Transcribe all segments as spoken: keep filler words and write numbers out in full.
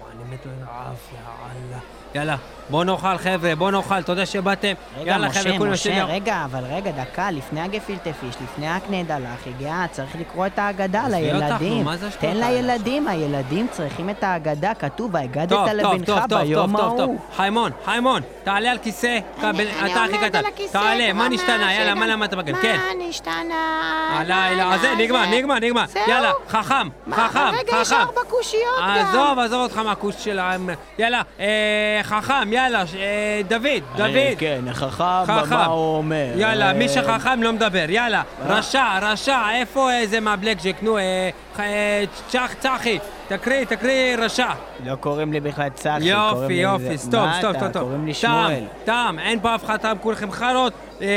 אני מת לרעב, יאללה. יאללה, בוא נאכל חבר'ה, בוא נאכל, תודה שבאתם. יאללה חבר'ה, כולם משה, רגע, אבל רגע, דקה, לפני הגפילטה פיש, לפני הקנדלח, הגיע, צריך לקרוא את ההגדה לילדים. תן לילדים, הילדים צריכים את ההגדה, כתוב, הגדת לבנך ביום ההוא. חיימון, חיימון, תעלה על כיסא, אתה הכי קטן. תעלה, מה נשתנה? יאללה, מה למדת בגן? כן. מה נשתנה? הלילה, אז זה, נגמר, נגמר, נגמר. יאללה, חכם, חכם, רגע, יש ארבע קושיות גם. עזוב, עזוב אותך מהקוש שלהם. יאללה, חכם, יאללה, דוד, דוד. כן, חכם, מה הוא אומר? יאללה, מי שחכם לא מדבר, יאללה. רשע, רשע, איפה זה מהבלק ג'ק? נו, צ'ח, צחי, תקריא, תקריא רשע. לא קוראים לי בכלל צחי. יופי, יופי, סטופ, סטופ, סטופ. קוראים לי שמואל. תם, אין פה אף אחד, תם, כולכם חרות.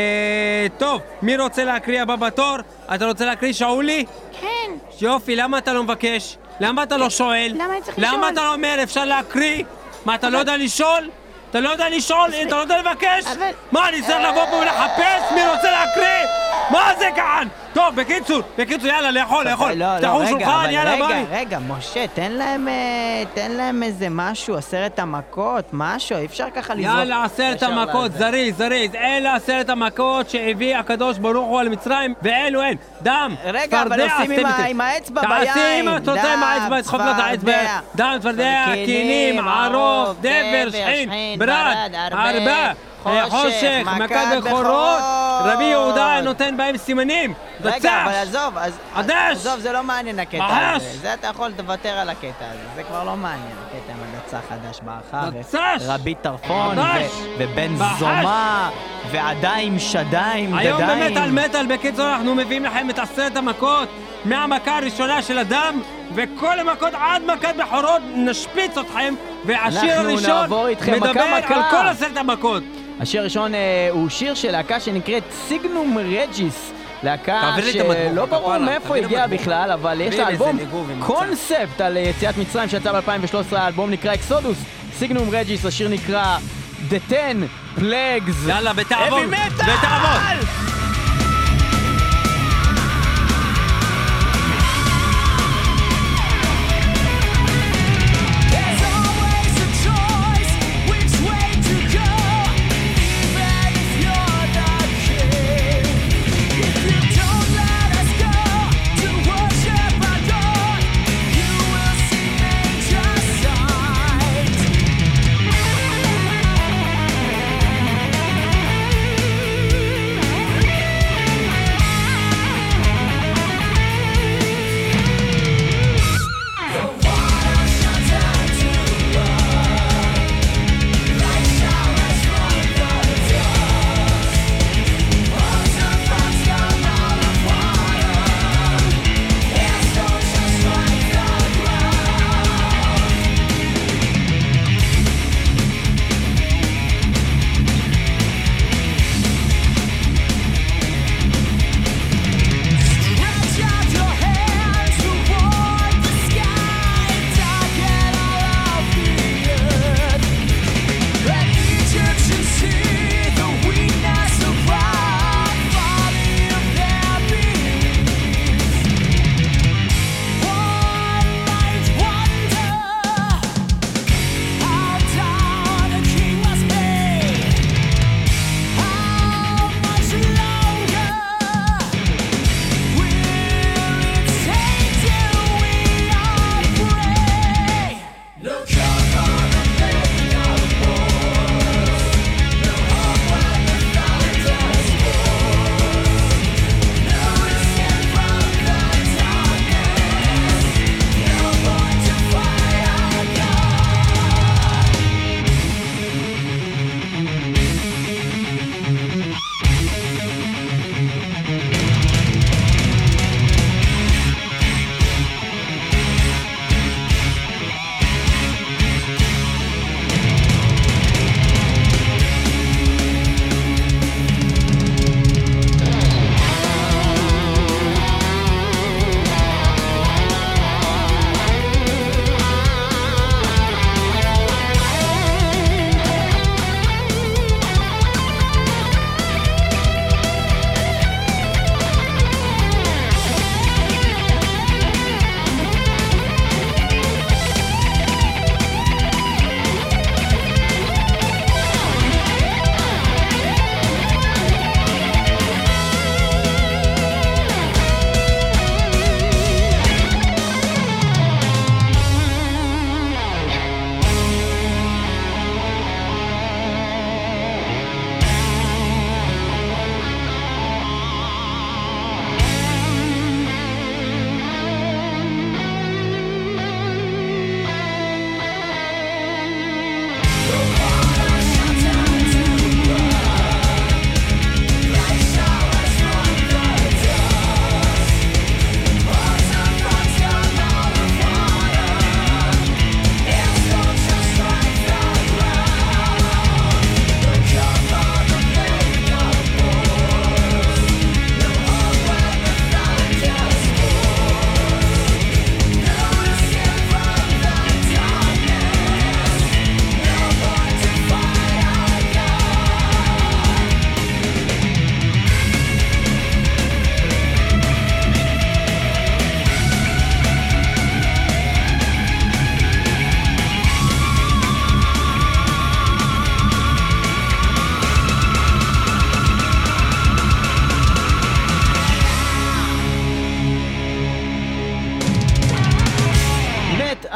טוב, מי רוצה להקריא הבא בתור? אתה רוצה להקריא שאולי? כן. יופי, למה אתה לא מבקש? למה אתה לא שואל? למה אני צריך לשאול? למה אתה לא אומר אפשר להקריא? מה, אתה לא יודע לשאול? אתה לא יודע לשאול? אתה לא יודע לבקש? מה, אני צריך לבוא פה ולחפש מי רוצה להקריא? מה זה כאן? טוב, בקיצור, בקיצור, יאללה, לאכול, לאכול. תפתחו שולחן, יאללה, ביי. רגע, רגע, משה, תן להם, תן להם איזה משהו, עשרת המכות, משהו, אי אפשר ככה לזרוק. יאללה, עשרת המכות, זריז, זריז. אלה עשרת המכות שהביא הקדוש ברוך הוא על מצרים, ואלו אין. דם, רגע, אבל עושים עם האצבע ביין. תעשי עם, אתה רוצה עם האצבע, תסחוב לו את האצבע. דם, צפרדע, קינים, ערוב, דבר, שחין, ברד, ארבע. חושך, מכת בכורות, רבי יהודה נותן בהם סימנים. רגע, אבל עזוב, עדש! עזוב, זה לא מעניין הקטע הזה. זה אתה יכול לוותר על הקטע הזה, זה כבר לא מעניין. הקטע עם הדצה חדש באחר, רבי טרפון, ובן זומה, ועדיים, שדיים, דדיים. היום במטל מטל, בקיצור, אנחנו מביאים לכם את עשרת המכות, מהמכה הראשונה של אדם, וכל המכות עד מכת בכורות נשפיץ אתכם, והשיר הראשון מדבר על כל עשרת המכות. השיר הראשון הוא שיר של להקה שנקראת סיגנום רג'יס, להקה שלא ברור מאיפה הגיעה בכלל, אבל יש לה אלבום קונספט על יציאת מצרים שיצא ב-אלפיים ושלוש עשרה, האלבום נקרא אקסודוס. סיגנום רג'יס, השיר נקרא The Ten Plagues. יאללה, בתעבון, בתעבון.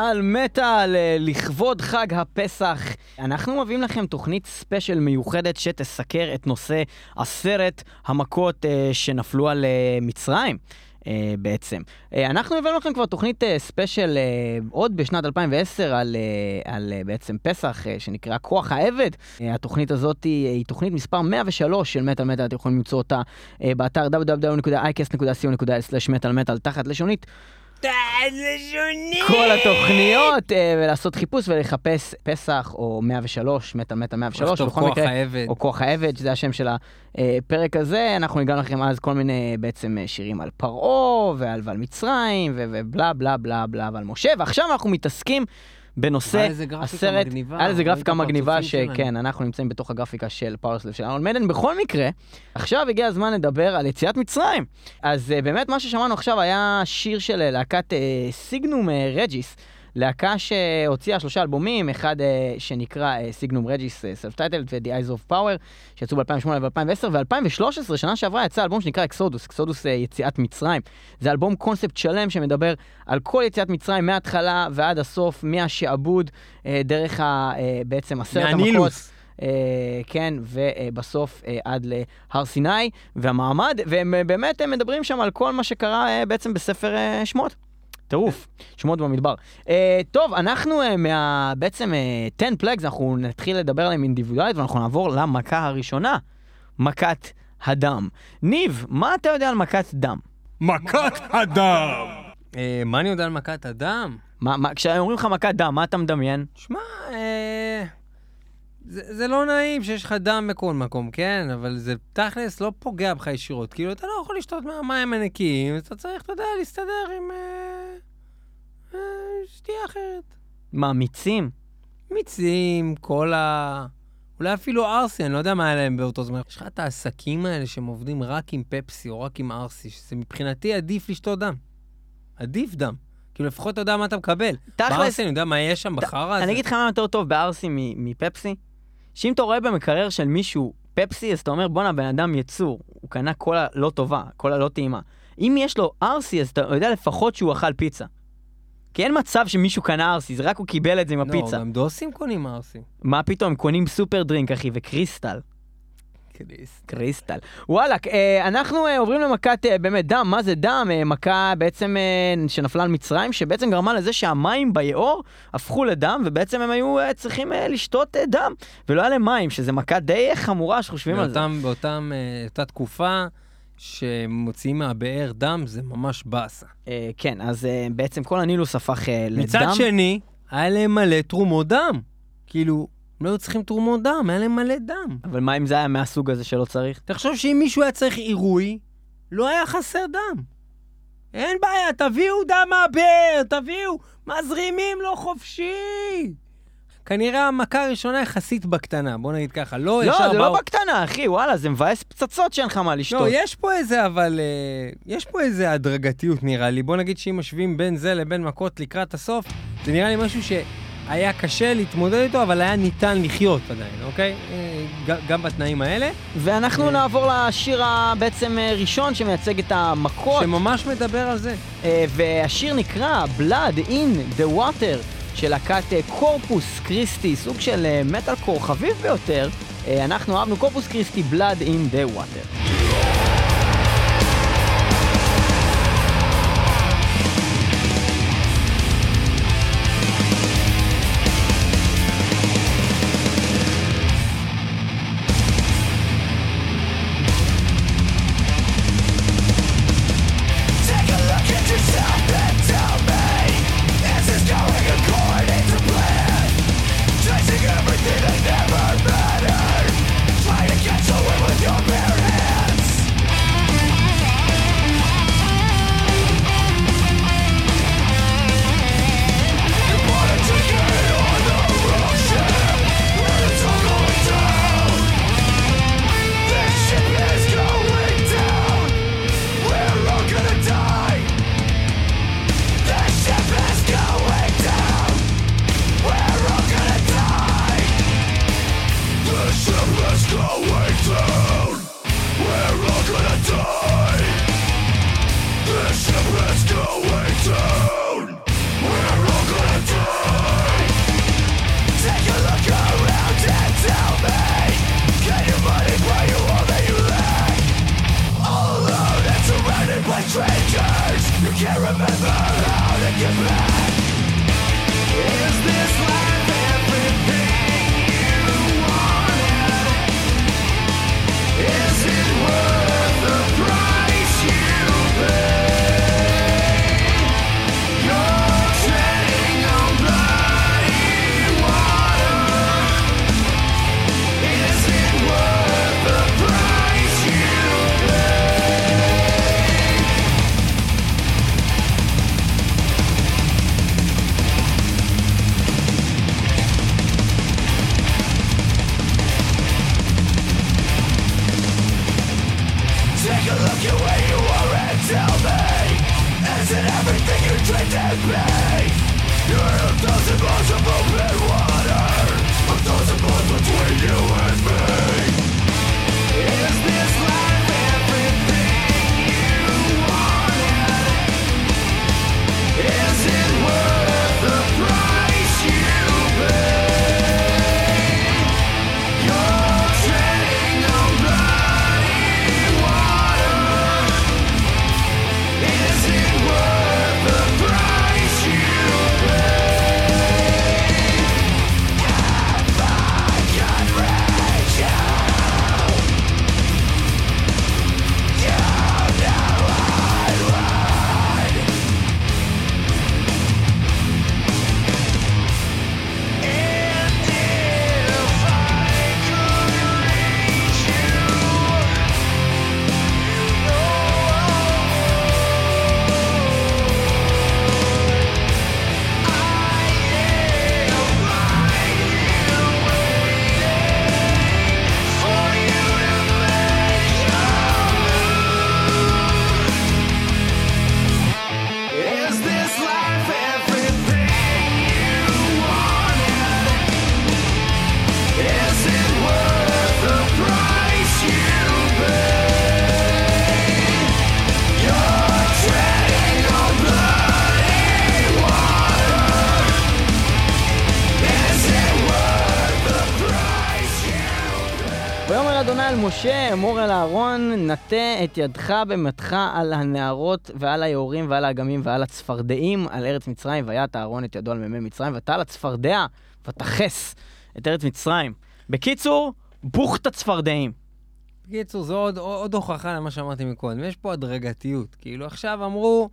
על מטל לכבוד חג הפסח. אנחנו מביאים לכם תוכנית ספיישל מיוחדת שתסקר את נושא עשרת המכות שנפלו על מצרים. Uh, בעצם. Uh, אנחנו הבאנו לכם כבר תוכנית uh, ספיישל uh, עוד בשנת אלפיים ועשר על, uh, על uh, בעצם פסח uh, שנקרא כוח העבד. Uh, התוכנית הזאת היא, היא תוכנית מספר מאה ושלוש של מטל מטל, אתם יכולים למצוא אותה uh, באתר דאבליו דאבליו דאבליו נקודה איי קאסט נקודה סי או נקודה איי סלאש מטל מטל תחת לשונית. כל התוכניות, ולעשות חיפוש ולחפש פסח או מאה ושלוש, מטל מטל מאה ושלוש, או כוח העבד. או כוח העבד, שזה השם של הפרק הזה. אנחנו הגענו לכם אז כל מיני בעצם שירים על פרעה ועל ועל מצרים ובלה בלה בלה בלה ועל משה, ועכשיו אנחנו מתעסקים בנושא הסרט. היה איזה גרפיקה מגניבה שכן, אנחנו נמצאים בתוך הגרפיקה של פאורסלב של ארנולד מדן. בכל מקרה, עכשיו הגיע הזמן לדבר על יציאת מצרים. אז באמת מה ששמענו עכשיו היה שיר של להקת סיגנום רג'יס, להקה שהוציאה שלושה אלבומים, אחד שנקרא סיגנום רג'יס סלף טייטלד ו-The Eyes of Power, שיצאו ב-אלפיים ושמונה ו-אלפיים ועשר, ו-אלפיים ושלוש עשרה, שנה שעברה, יצא אלבום שנקרא אקסודוס, אקסודוס יציאת מצרים. זה אלבום קונספט שלם שמדבר על כל יציאת מצרים מההתחלה ועד הסוף, מהשעבוד, דרך בעצם עשרת המכות. כן, ובסוף עד להר סיני והמעמד, והם באמת מדברים שם על כל מה שקרה בעצם בספר שמות. טירוף, שמות במדבר. Uh, טוב, אנחנו uh, מה, בעצם uh, עשר פלאגס, אנחנו נתחיל לדבר עליהם אינדיבידואלית, ואנחנו נעבור למכה הראשונה, מכת הדם. ניב, מה אתה יודע על מכת דם? מכת הדם! Uh, מה אני יודע על מכת הדם? מה, מה, כשאומרים לך מכת דם, מה אתה מדמיין? שמע, uh, זה, זה לא נעים שיש לך דם בכל מקום, כן? אבל זה תכלס לא פוגע בך ישירות. כאילו, אתה לא יכול לשתות מהמים הנקיים, אתה צריך, אתה יודע, להסתדר עם אה, אה, שתייה אחרת. מה, מיצים? מיצים, קולה, אולי אפילו ארסי, אני לא יודע מה היה להם באותו זמן. יש לך את העסקים האלה שהם עובדים רק עם פפסי או רק עם ארסי, שזה מבחינתי עדיף לשתות דם. עדיף דם. כאילו, לפחות אתה יודע מה אתה מקבל. בארסי, אני יודע מה יש שם בחרה הזה. אני אגיד לך מה יותר טוב בארסי מפפסי. שאם אתה רואה במקרר של מישהו פפסי, אז אתה אומר, בונה, בן אדם יצור, הוא קנה קולה לא טובה, קולה לא טעימה. אם יש לו ארסי, אז אתה יודע לפחות שהוא אכל פיצה. כי אין מצב שמישהו קנה ארסי, זה רק הוא קיבל את זה עם הפיצה. לא, גם דוסים קונים ארסי. מה פתאום? הם קונים סופר דרינק, אחי, וקריסטל. קריסטל. קריסטל. וואלה, אנחנו עוברים למכת באמת דם. מה זה דם? מכה בעצם שנפלה על מצרים, שבעצם גרמה לזה שהמים ביעור הפכו לדם, ובעצם הם היו צריכים לשתות דם, ולא היה להם מים, שזה מכה די חמורה שחושבים על זה. באותם, אותה תקופה שמוציאים מהבאר דם, זה ממש באסה. כן, אז בעצם כל הנילוס הפך לדם. מצד שני, היה להם מלא תרומות דם. כאילו, הם לא היו צריכים תרומות דם, היה להם מלא דם. אבל מה אם זה היה מהסוג הזה שלא צריך? תחשוב שאם מישהו היה צריך עירוי, לא היה חסר דם. אין בעיה, תביאו דם מהבאר, תביאו, מזרימים לו חופשי. כנראה המכה הראשונה יחסית בקטנה, בוא נגיד ככה. לא, לא זה באו... לא בקטנה, אחי, וואלה, זה מבאס פצצות שאין לך מה לשתות. לא, יש פה איזה, אבל, uh, יש פה איזה הדרגתיות נראה לי. בוא נגיד שאם משווים בין זה לבין מכות לקראת הסוף, זה נראה לי משהו שהיה קשה להתמודד איתו, אבל היה ניתן לחיות עדיין, אוקיי? גם בתנאים האלה. ואנחנו נעבור לשיר בעצם ראשון שמייצג את המכות. שממש מדבר על זה. והשיר נקרא Blood in the Water. של להקת קורפוס קריסטי, סוג של מטל קור חביב ביותר. אנחנו אהבנו קורפוס קריסטי, Blood in the Water. Everything that never mattered. Try to get away with your bare hands. על משה, אמור אל אהרון, נטה את ידך במתך על הנערות ועל היורים ועל האגמים ועל הצפרדעים על ארץ מצרים, ויית אהרון את ידו על מימי מצרים, ואתה על הצפרדע ותחס את ארץ מצרים. בקיצור, בוכת הצפרדעים. בקיצור, זו עוד, עוד הוכחה למה שאמרתי מקודם. יש פה הדרגתיות. כאילו עכשיו אמרו,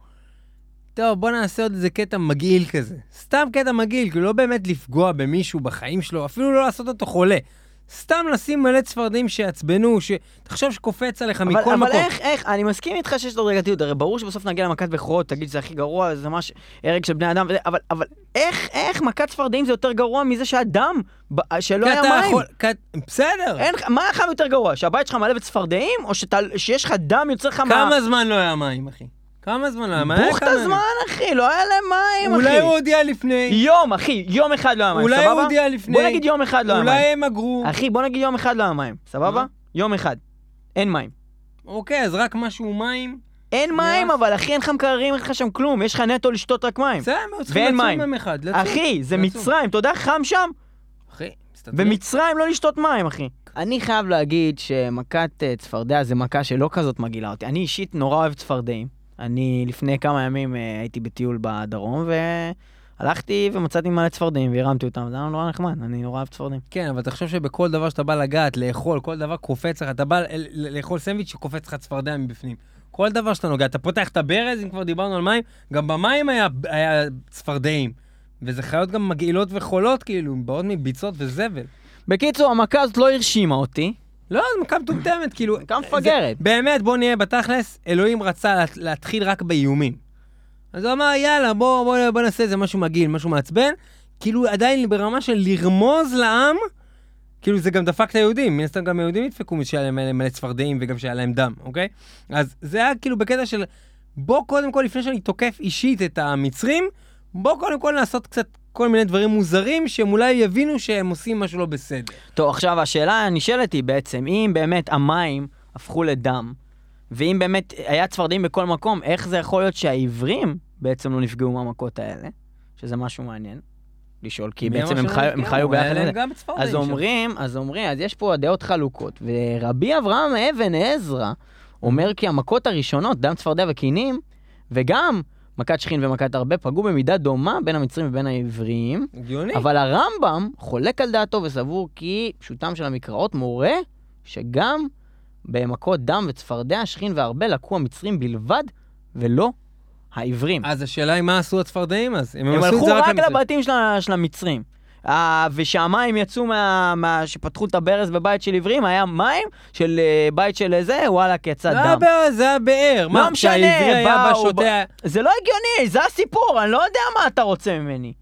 טוב, בוא נעשה עוד איזה קטע מגעיל כזה. סתם קטע מגעיל, כאילו לא באמת לפגוע במישהו בחיים שלו, אפילו לא לעשות אותו חולה. סתם לשים מלא צפרדעים שיעצבנו, שתחשוב שקופץ עליך מכל מקום. אבל איך, איך, אני מסכים איתך שיש לו דרגתיות, הרי ברור שבסוף נגיע למכת בכורות, תגיד שזה הכי גרוע, זה ממש הרג של בני אדם, אבל, אבל איך, איך מכת צפרדעים זה יותר גרוע מזה שהדם, שלא היה מים? יכול, בסדר. אין, מה היה יותר גרוע? שהבית שלך מלא בצפרדעים, או שאתה, שיש לך דם יוצא לך מה... כמה זמן לא היה מים, אחי? כמה זמן לא היה מים? בוכת הזמן, אחי, לא היה להם מים, אחי. אולי הוא הודיע לפני. יום, אחי, יום אחד לא היה מים, סבבה? אולי הוא הודיע לפני. בוא נגיד יום אחד לא היה מים. אולי הם אגרו. אחי, בוא נגיד יום אחד לא היה מים, סבבה? יום אחד. אין מים. אוקיי, אז רק משהו מים. אין מים, אבל אחי, אין לך מקררים, אין לך שם כלום. יש לך נטו לשתות רק מים. זה, הם צריכים לצום מים אחד. אחי, זה מצרים, אתה יודע, חם שם? אחי, ומצרים לא לשתות מים, אחי. אני חייב להגיד שמכת צפרדע זה מכה שלא כזאת מגעילה אותי. אני אישית נורא אוהב צפרדעים. אני לפני כמה ימים הייתי בטיול בדרום, והלכתי ומצאתי מלא צפרדעים, והרמתי אותם. זה היה נורא נחמד, אני נורא אוהב צפרדעים. כן, אבל תחשוב שבכל דבר שאתה בא לגעת, לאכול, כל דבר קופץ לך, אתה בא לאכול סנדוויץ' שקופץ לך צפרדע מבפנים. כל דבר שאתה נוגע, אתה פותח את הברז, אם כבר דיברנו על מים, גם במים היה, היה צפרדעים. וזה חיות גם מגעילות וחולות, כאילו, באות מביצות וזבל. בקיצור, המכה הזאת לא הרשימה אותי. לא, זה מכה מטומטמת, כאילו... מכה מפגרת. באמת, בוא נהיה בתכלס, אלוהים רצה להתחיל רק באיומים. אז הוא אמר, יאללה, בוא, בוא, בוא נעשה איזה משהו מגעיל, משהו מעצבן. כאילו, עדיין ברמה של לרמוז לעם, כאילו, זה גם דפק את היהודים. מן הסתם גם היהודים ידפקו שהיה להם מלא צפרדעים וגם שהיה להם דם, אוקיי? אז זה היה כאילו בקטע של, בוא קודם כל, לפני שאני תוקף אישית את המצרים, בוא קודם כל לעשות קצת כל מיני דברים מוזרים, שהם אולי יבינו שהם עושים משהו לא בסדר. טוב, עכשיו, השאלה הנשאלת היא בעצם, אם באמת המים הפכו לדם, ואם באמת היה צפרדעים בכל מקום, איך זה יכול להיות שהעברים בעצם לא נפגעו מהמכות האלה? שזה משהו מעניין לשאול, כי בעצם הם, חי... הם חיו ביחד לזה. אז אומרים, אז אומרים, אז יש פה דעות חלוקות, ורבי אברהם אבן עזרא אומר כי המכות הראשונות, דם צפרדע וקינים, וגם מכת שכין ומכת הרבה פגעו במידה דומה בין המצרים ובין העבריים. הגיוני. אבל הרמב"ם חולק על דעתו וסבור כי פשוטם של המקראות מורה שגם במכות דם וצפרדע, שכין והרבה לקחו המצרים בלבד ולא העברים. אז השאלה היא מה עשו הצפרדעים אז? הם, הם הלכו רק לבתים של, של המצרים. Uh, ושהמים יצאו מה, מה שפתחו את הברז בבית של עברים, היה מים של uh, בית של זה, וואלה, יצא דם. זה היה באר. לא משנה, באו, ב... זה לא הגיוני, זה הסיפור, אני לא יודע מה אתה רוצה ממני.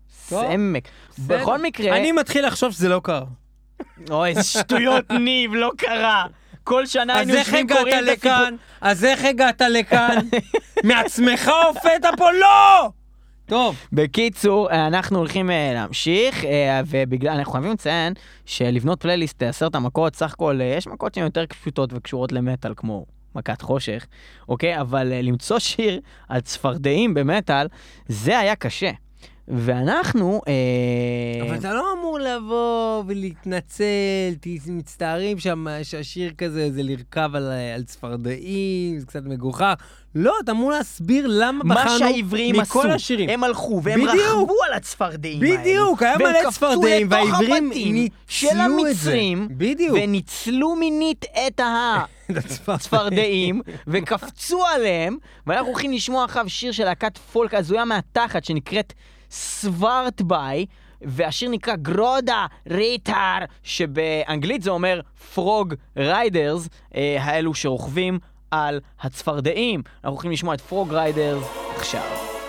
סמק. בכל מקרה... אני מתחיל לחשוב שזה לא קרה. אוי, שטויות ניב, לא קרה. כל שנה היינו יושבים קוראים את הסיפור. אז איך הגעת לכאן? מעצמך הופעת פה? לא! טוב. בקיצור, אנחנו הולכים להמשיך, ובגלל, אנחנו חייבים לציין שלבנות פלייליסט עשרת המכות, סך הכל, יש מכות שהן יותר פשוטות וקשורות למטל, כמו מכת חושך, אוקיי? אבל למצוא שיר על צפרדעים במטל, זה היה קשה. ואנחנו... אבל אתה לא אמור לבוא ולהתנצל, מצטערים שהשיר כזה זה לרכב על, על צפרדעים, זה קצת מגוחך. לא, אתה אמור להסביר למה בחרנו מה שהעברים עשו, השירים. הם הלכו והם בדיוק. רכבו על הצפרדעים האלה. בדיוק, היה מלא צפרדעים, והעברים של המצרים, וניצלו מינית את הצפרדעים, וקפצו עליהם, ואנחנו הולכים לשמוע אחר שיר של להקת פולק הזויה מהתחת, שנקראת סוורטביי, והשיר נקרא גרודה ריטר, שבאנגלית זה אומר פרוג ריידרס, האלו שרוכבים על הצפרדעים. אנחנו הולכים לשמוע את פרוג ריידרס עכשיו.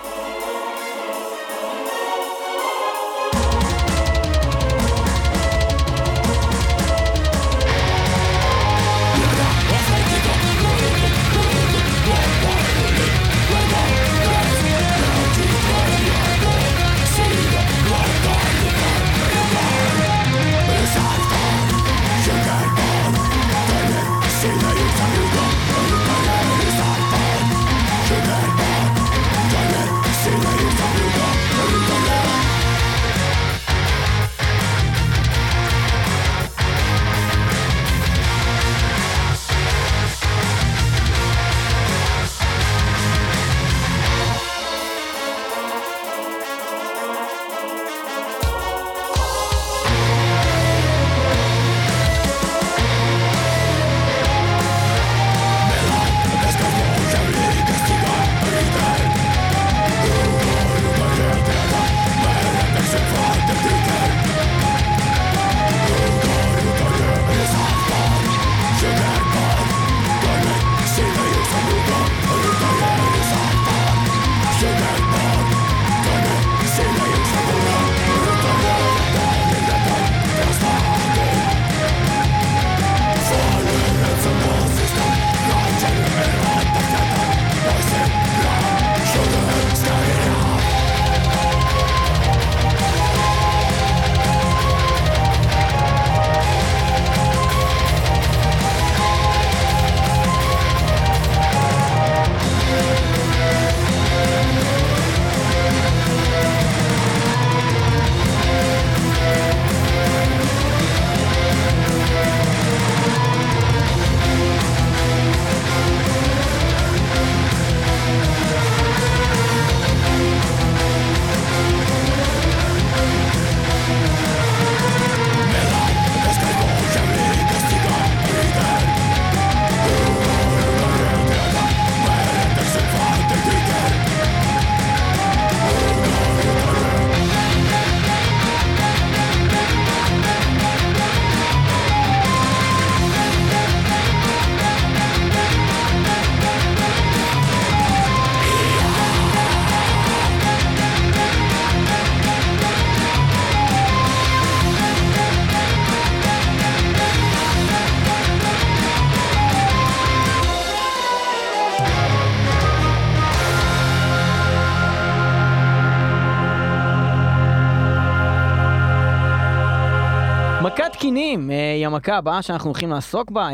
מכת קינים היא המכה הבאה שאנחנו הולכים לעסוק בה,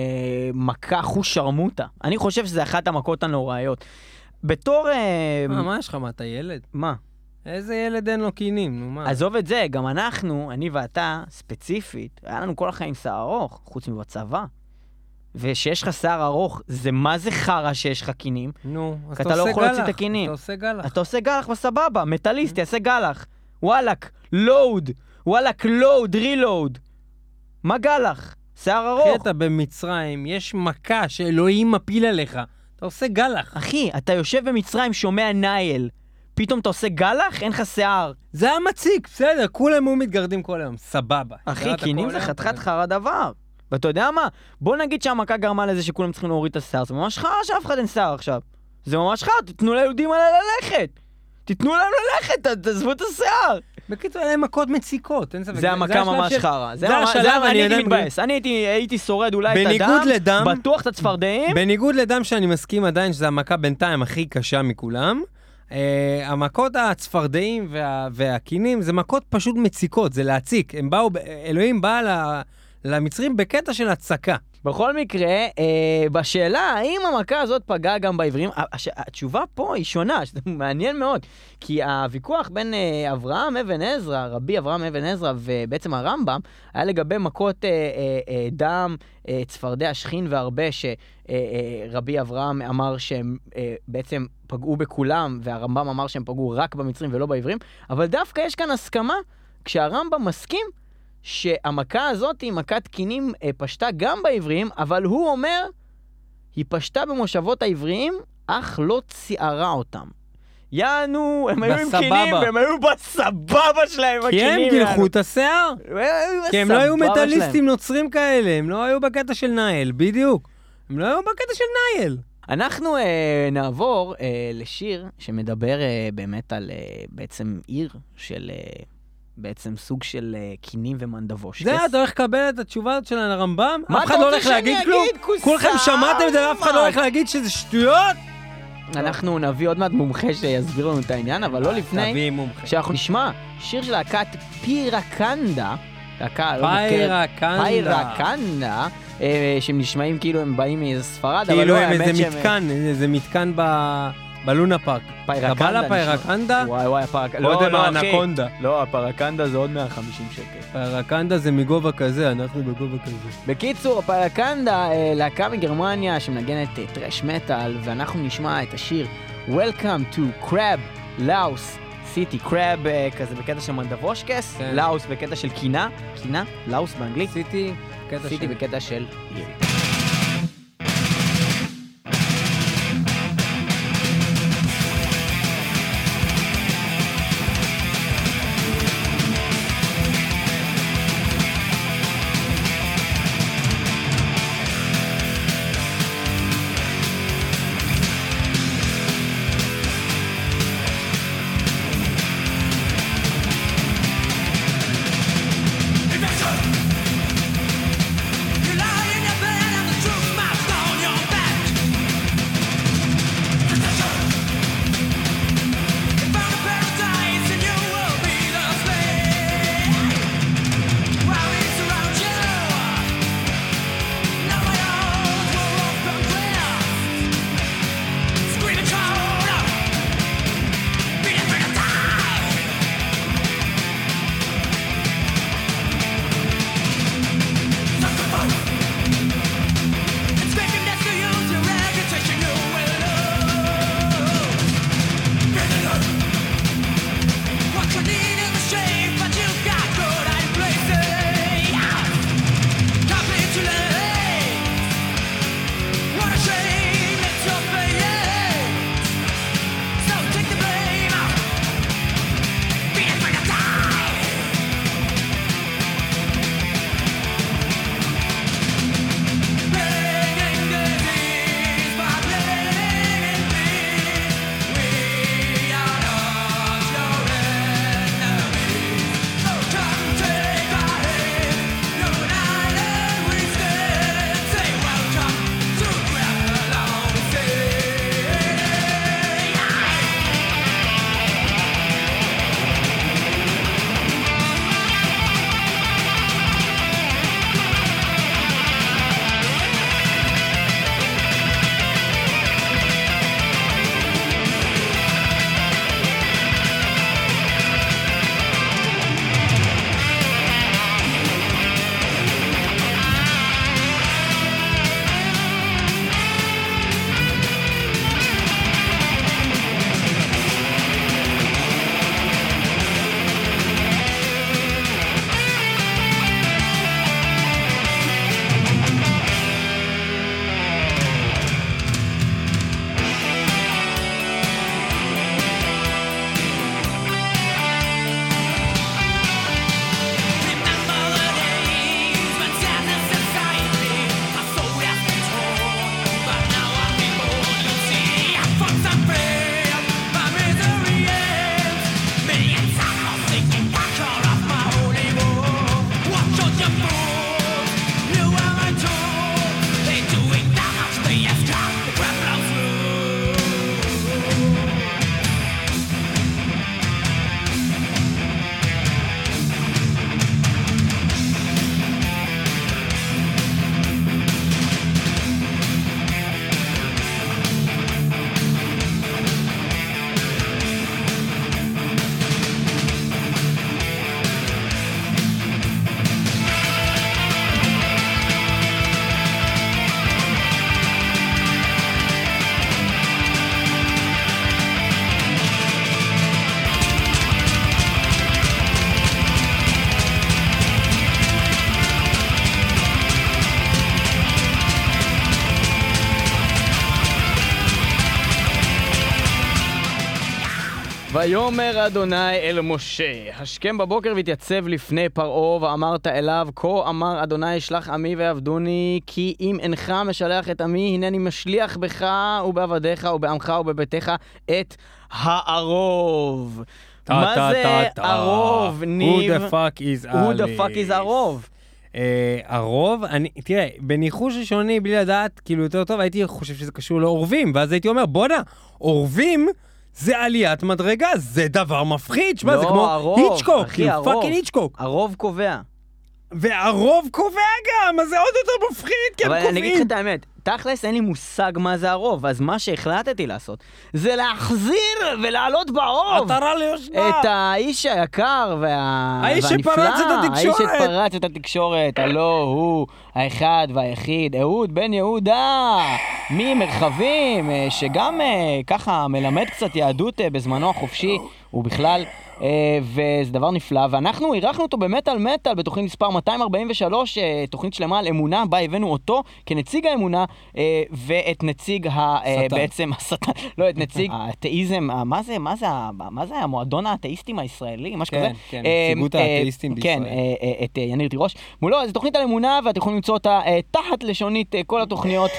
מכה חוש שרמוטה. אני חושב שזה אחת המכות הנוראיות. בתור... מה, מה יש לך? מה, אתה ילד? מה? איזה ילד אין לו קינים, נו מה? עזוב את זה, גם אנחנו, אני ואתה, ספציפית, היה לנו כל החיים שיער ארוך, חוץ מבצבא. ושיש לך שיער ארוך, זה מה זה חרה שיש לך קינים? נו, אז אתה לא יכול להוציא את הקינים. אתה עושה גלח. אתה עושה גלח בסבבה, מטליסט, יעשה גלח. וואלק, לואוד. וואלק, לואוד, רילואוד. מה גלח? שיער ארוך. אחי, אתה במצרים, יש מכה שאלוהים מפיל עליך. אתה עושה גלח. אחי, אתה יושב במצרים, שומע נייל. פתאום אתה עושה גלח, אין לך שיער. זה המציק, בסדר, כולם הוא מתגרדים כל היום, סבבה. אחי, קינים זה חתיכת חרא דבר. ואתה יודע מה? בוא נגיד שהמכה גרמה לזה שכולם צריכים להוריד את השיער. זה ממש חרא שאף אחד אין שיער עכשיו. זה ממש חרא, תתנו ליהודים עליה ללכת. תתנו להם ללכת, תעזבו את השיער. בקיצור, אלה מכות מציקות. זה המכה ממש חרא. זה השלב, אני הייתי מתבאס. אני הייתי שורד אולי את הדם, בטוח את הצפרדעים. בניגוד לדם שאני מסכים עדיין שזה המכה בינתיים הכי קשה מכולם, המכות הצפרדעים והקינים זה מכות פשוט מציקות, זה להציק. הם באו, אלוהים בא למצרים בקטע של הצקה. בכל מקרה, אה, בשאלה האם המכה הזאת פגעה גם בעברים, הש... התשובה פה היא שונה, שזה מעניין מאוד, כי הוויכוח בין אה, אברהם אבן עזרא, רבי אברהם אבן עזרא, ובעצם הרמב"ם, היה לגבי מכות אה, אה, אה, דם, אה, צפרדע, שכין והרבה, שרבי אה, אה, אברהם אמר שהם אה, בעצם פגעו בכולם, והרמב"ם אמר שהם פגעו רק במצרים ולא בעברים, אבל דווקא יש כאן הסכמה, כשהרמב"ם מסכים, שהמכה הזאת היא מכת קינים פשטה גם בעבריים, אבל הוא אומר, היא פשטה במושבות העבריים, אך לא ציערה אותם. יענו, הם היו עם קינים, והם היו בסבבה שלהם, כי הם גילחו את השיער. כי הם לא היו מטליסטים נוצרים כאלה, הם לא היו בקטע של נייל, בדיוק. הם לא היו בקטע של נייל. אנחנו אה, נעבור אה, לשיר שמדבר אה, באמת על אה, בעצם עיר של... אה, בעצם סוג של קינים ומנדבושקס. זה, אתה הולך לקבל את התשובה של הרמב"ם? אף אחד לא הולך להגיד כלום? כולכם שמעתם את זה ואף אחד לא הולך להגיד שזה שטויות? אנחנו נביא עוד מעט מומחה שיסביר לנו את העניין, אבל לא לפני שאנחנו נשמע שיר של להקת פירקנדה, להקה לא מוכרת, פירקנדה, שהם נשמעים כאילו הם באים מאיזה ספרד, אבל לא האמת שהם... כאילו הם איזה מתקן, איזה מתקן ב... בלונה פארק. פיירקנדה. פיירקנדה? וואי וואי, הפרק... לא, לא, לא, אנקונדה. לא, הפיירקנדה זה עוד מאה וחמישים שקל. פיירקנדה זה מגובה כזה, אנחנו בגובה כזה. בקיצור, הפיירקנדה, להקה מגרמניה שמנגנת טרש מטל, ואנחנו נשמע את השיר Welcome to Crab, Laos, City. Crab כזה בקטע של מנדבושקס, לאוס בקטע של קינה, קינה, לאוס באנגלית. City, City בקטע של עיר. You lie in your bed. ויאמר אדוני אל משה, השכם בבוקר והתייצב לפני פרעה ואמרת אליו, כה אמר אדוני שלח עמי ועבדוני, כי אם אינך משלח את עמי, הנני משליח בך ובעבדיך ובעמך ובביתך את הערוב. מה זה ערוב, ניב? Who the fuck is Who the fuck is ערוב? הרוב, תראה, בניחוש ראשוני בלי לדעת, כאילו יותר טוב, הייתי חושב שזה קשור לעורבים, ואז הייתי אומר, בוא נה, עורבים זה עליית מדרגה, זה דבר מפחיד, שמה, זה כמו היצ'קוק, כאילו פאקינג היצ'קוק. הרוב קובע. והרוב קובע גם, אז זה עוד יותר מפחיד, כי הם קובעים. אבל אני אגיד לך את האמת, תכלס אין לי מושג מה זה הרוב, אז מה שהחלטתי לעשות זה להחזיר ולעלות בעוב עטרה ליושנה את האיש היקר וה... האיש והנפלא, שפרץ את התקשורת, האיש שפרץ את התקשורת, הלא הוא האחד והיחיד, אהוד בן יהודה ממרחבים, שגם ככה מלמד קצת יהדות בזמנו החופשי ובכלל, וזה דבר נפלא, ואנחנו עירכנו אותו במטל מטל בתוכנית מספר מאתיים ארבעים ושלוש, תוכנית שלמה על אמונה, בה הבאנו אותו כנציג האמונה ואת נציג בעצם השטן, לא, את נציג האתאיזם, מה זה, מה זה, מה זה המועדון האתאיסטים הישראלי, משהו כזה? כן, כן, נציגות האתאיסטים בישראל. כן, את יניר תירוש. מולו, זו תוכנית על אמונה, ואתם יכולים למצוא אותה תחת לשונית כל התוכניות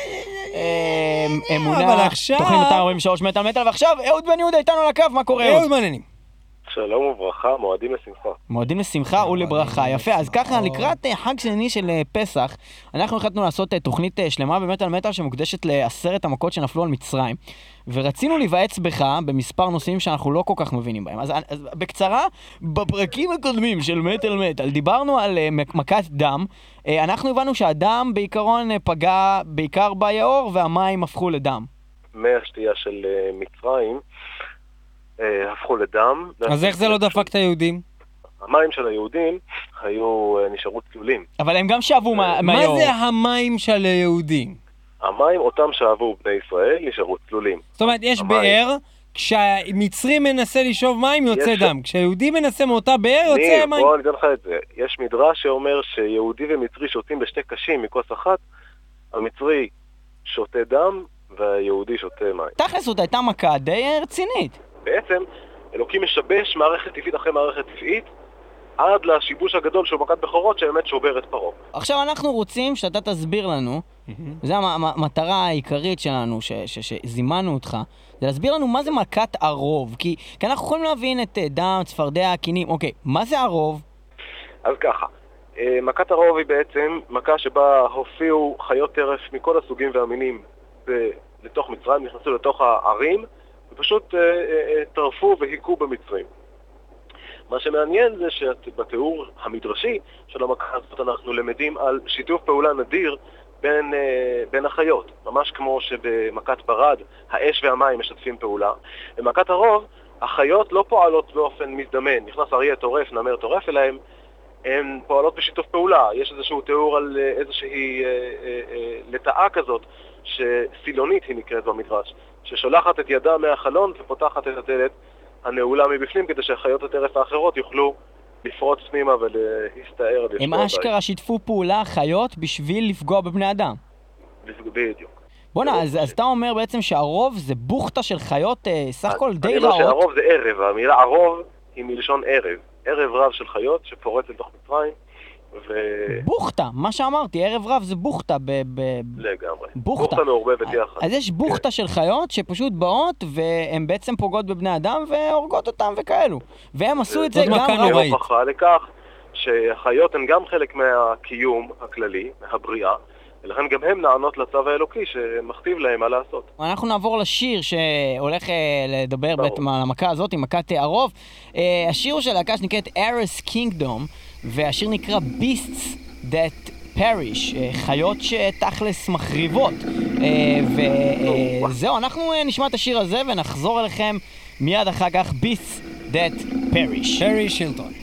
אמונה, תוכנית מאתיים ארבעים ושלוש מטל מטל, ועכשיו אהוד בן יהודה איתנו על הקו, מה קורה אהוד? אהוד מעניינים. שלום וברכה, מועדים לשמחה. מועדים לשמחה ולברכה, יפה. אז ככה, לקראת חג שני של פסח, אנחנו החלטנו לעשות תוכנית שלמה במטל מטל שמוקדשת לעשרת המכות שנפלו על מצרים, ורצינו להיוועץ בך במספר נושאים שאנחנו לא כל כך מבינים בהם. אז, אז בקצרה, בפרקים הקודמים של מטל מטל, דיברנו על מכת דם. אנחנו הבנו שהדם בעיקרון פגע בעיקר ביאור, והמים הפכו לדם. מי השתייה של מצרים הפכו לדם. אז איך זה לא דפק את היהודים? המים של היהודים היו, נשארו צלולים. אבל הם גם שאבו מהיאור. מה זה המים של היהודים? המים אותם שאבו בני ישראל נשארו צלולים. זאת אומרת, יש באר, כשהמצרי מנסה לשאוב מים יוצא דם. כשהיהודי מנסה מאותה באר יוצא מים. בוא אני אתן לך את זה. יש מדרש שאומר שיהודי ומצרי שותים בשתי קשים מכוס אחת, המצרי שותה דם והיהודי שותה מים. תכלס זאת הייתה מכה די רצינית. בעצם אלוקים משבש מערכת טבעית אחרי מערכת טבעית עד לשיבוש הגדול של מכת בכורות שבאמת שובר את פרעה. עכשיו אנחנו רוצים שאתה תסביר לנו, וזו המטרה העיקרית שלנו שזימנו אותך, זה להסביר לנו מה זה מכת הרוב, כי אנחנו יכולים להבין את דם, צפרדע, קינים, אוקיי, מה זה הרוב? אז ככה, מכת הרוב היא בעצם מכה שבה הופיעו חיות טרף מכל הסוגים והמינים לתוך מצרים, נכנסו לתוך הערים ופשוט טרפו והיקו במצרים. מה שמעניין זה שבתיאור המדרשי של המכה הזאת אנחנו למדים על שיתוף פעולה נדיר בין, בין החיות. ממש כמו שבמכת ברד האש והמים משתפים פעולה. במכת הרוב החיות לא פועלות באופן מזדמן. נכנס אריה טורף, נמר טורף אליהם, הן פועלות בשיתוף פעולה. יש איזשהו תיאור על איזושהי אה, אה, אה, לטאה כזאת שסילונית היא נקראת במדרש, ששולחת את ידה מהחלון ופותחת את הדלת הנעולה מבפנים כדי שהחיות הטרף האחרות יוכלו לפרוץ פנימה ולהסתער. הם אשכרה שיתפו פעולה חיות בשביל לפגוע בבני אדם. בדיוק. בוא'נה, אז, אז אתה אומר בעצם שהרוב זה בוכתה של חיות אה, סך הכל די רעות. אני אומר שהרוב זה ערב, המילה הרוב היא מלשון ערב. ערב רב של חיות שפורץ לתוך מצרים. ו... בוכתה, מה שאמרתי, ערב רב זה בוכתה. ב... ב... לגמרי. בוכתה. בוכתה מעורבבת יחד. אז יש בוכתה של חיות שפשוט באות והן בעצם פוגעות בבני אדם והורגות אותם וכאלו. והם עשו את זה גם... זה הוכחה לכך שהחיות הן גם חלק מהקיום הכללי, מהבריאה, ולכן גם הם נענות לצו האלוקי שמכתיב להם מה לעשות. אנחנו נעבור לשיר שהולך לדבר בעצם על המכה הזאת, עם מכת הרוב. השיר של להקה שנקראת Ares Kingdom, והשיר נקרא Beasts That Perish, חיות שתכלס מחריבות. וזהו, אנחנו נשמע את השיר הזה ונחזור אליכם מיד אחר כך. Beasts That Perish. שרי שילטון.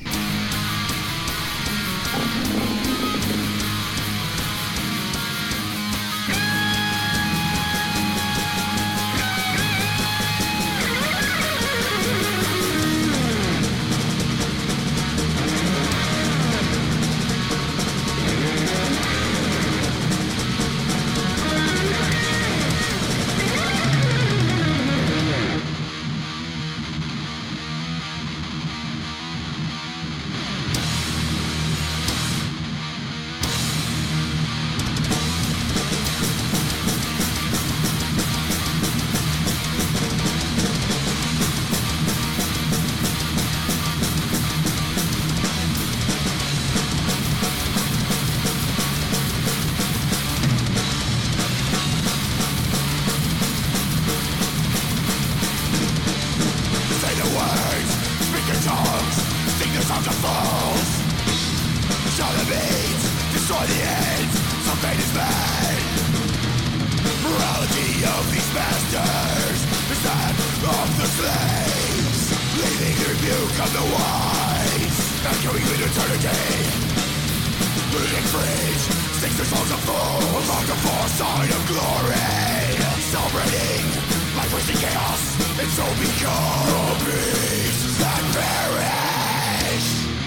mentality of these masters is that of the slaves, leaving the rebuke of the wise, echoing in eternity. Looting fringe, sings their songs of fool about the far side of glory, celebrating life wasting chaos, and so become a beast that perish.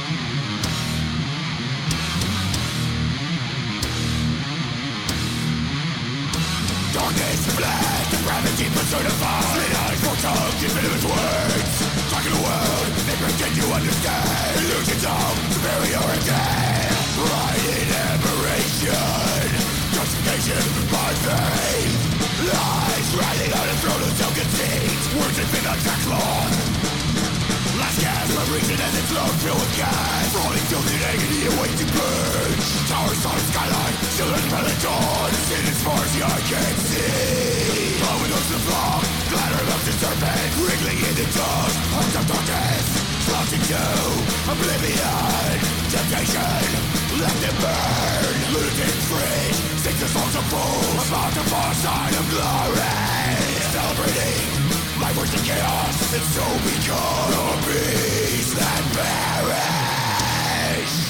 Darkness fled, depravity personified, slit eyes for tongue, deep into its words, talking the world, they pretend you understand, illusions of superiority. Pride in admiration, justification by faith, lies riding on a throne of self-conceit, words that fit on tax law. Last gasp of reason as its lungs fill with gas, falling filthy in agony awaits to purge. Towers on the skyline, children by the dawn, sin as far as the eye can see. Blowing up the flock, clatter of the serpent, wriggling in the dust, hearts of darkness, slouching to oblivion, temptation. Let them burn, lunatic fringe, sings the songs of fools about the far side of glory, celebrating life worse than chaos, and so become a beast that perish.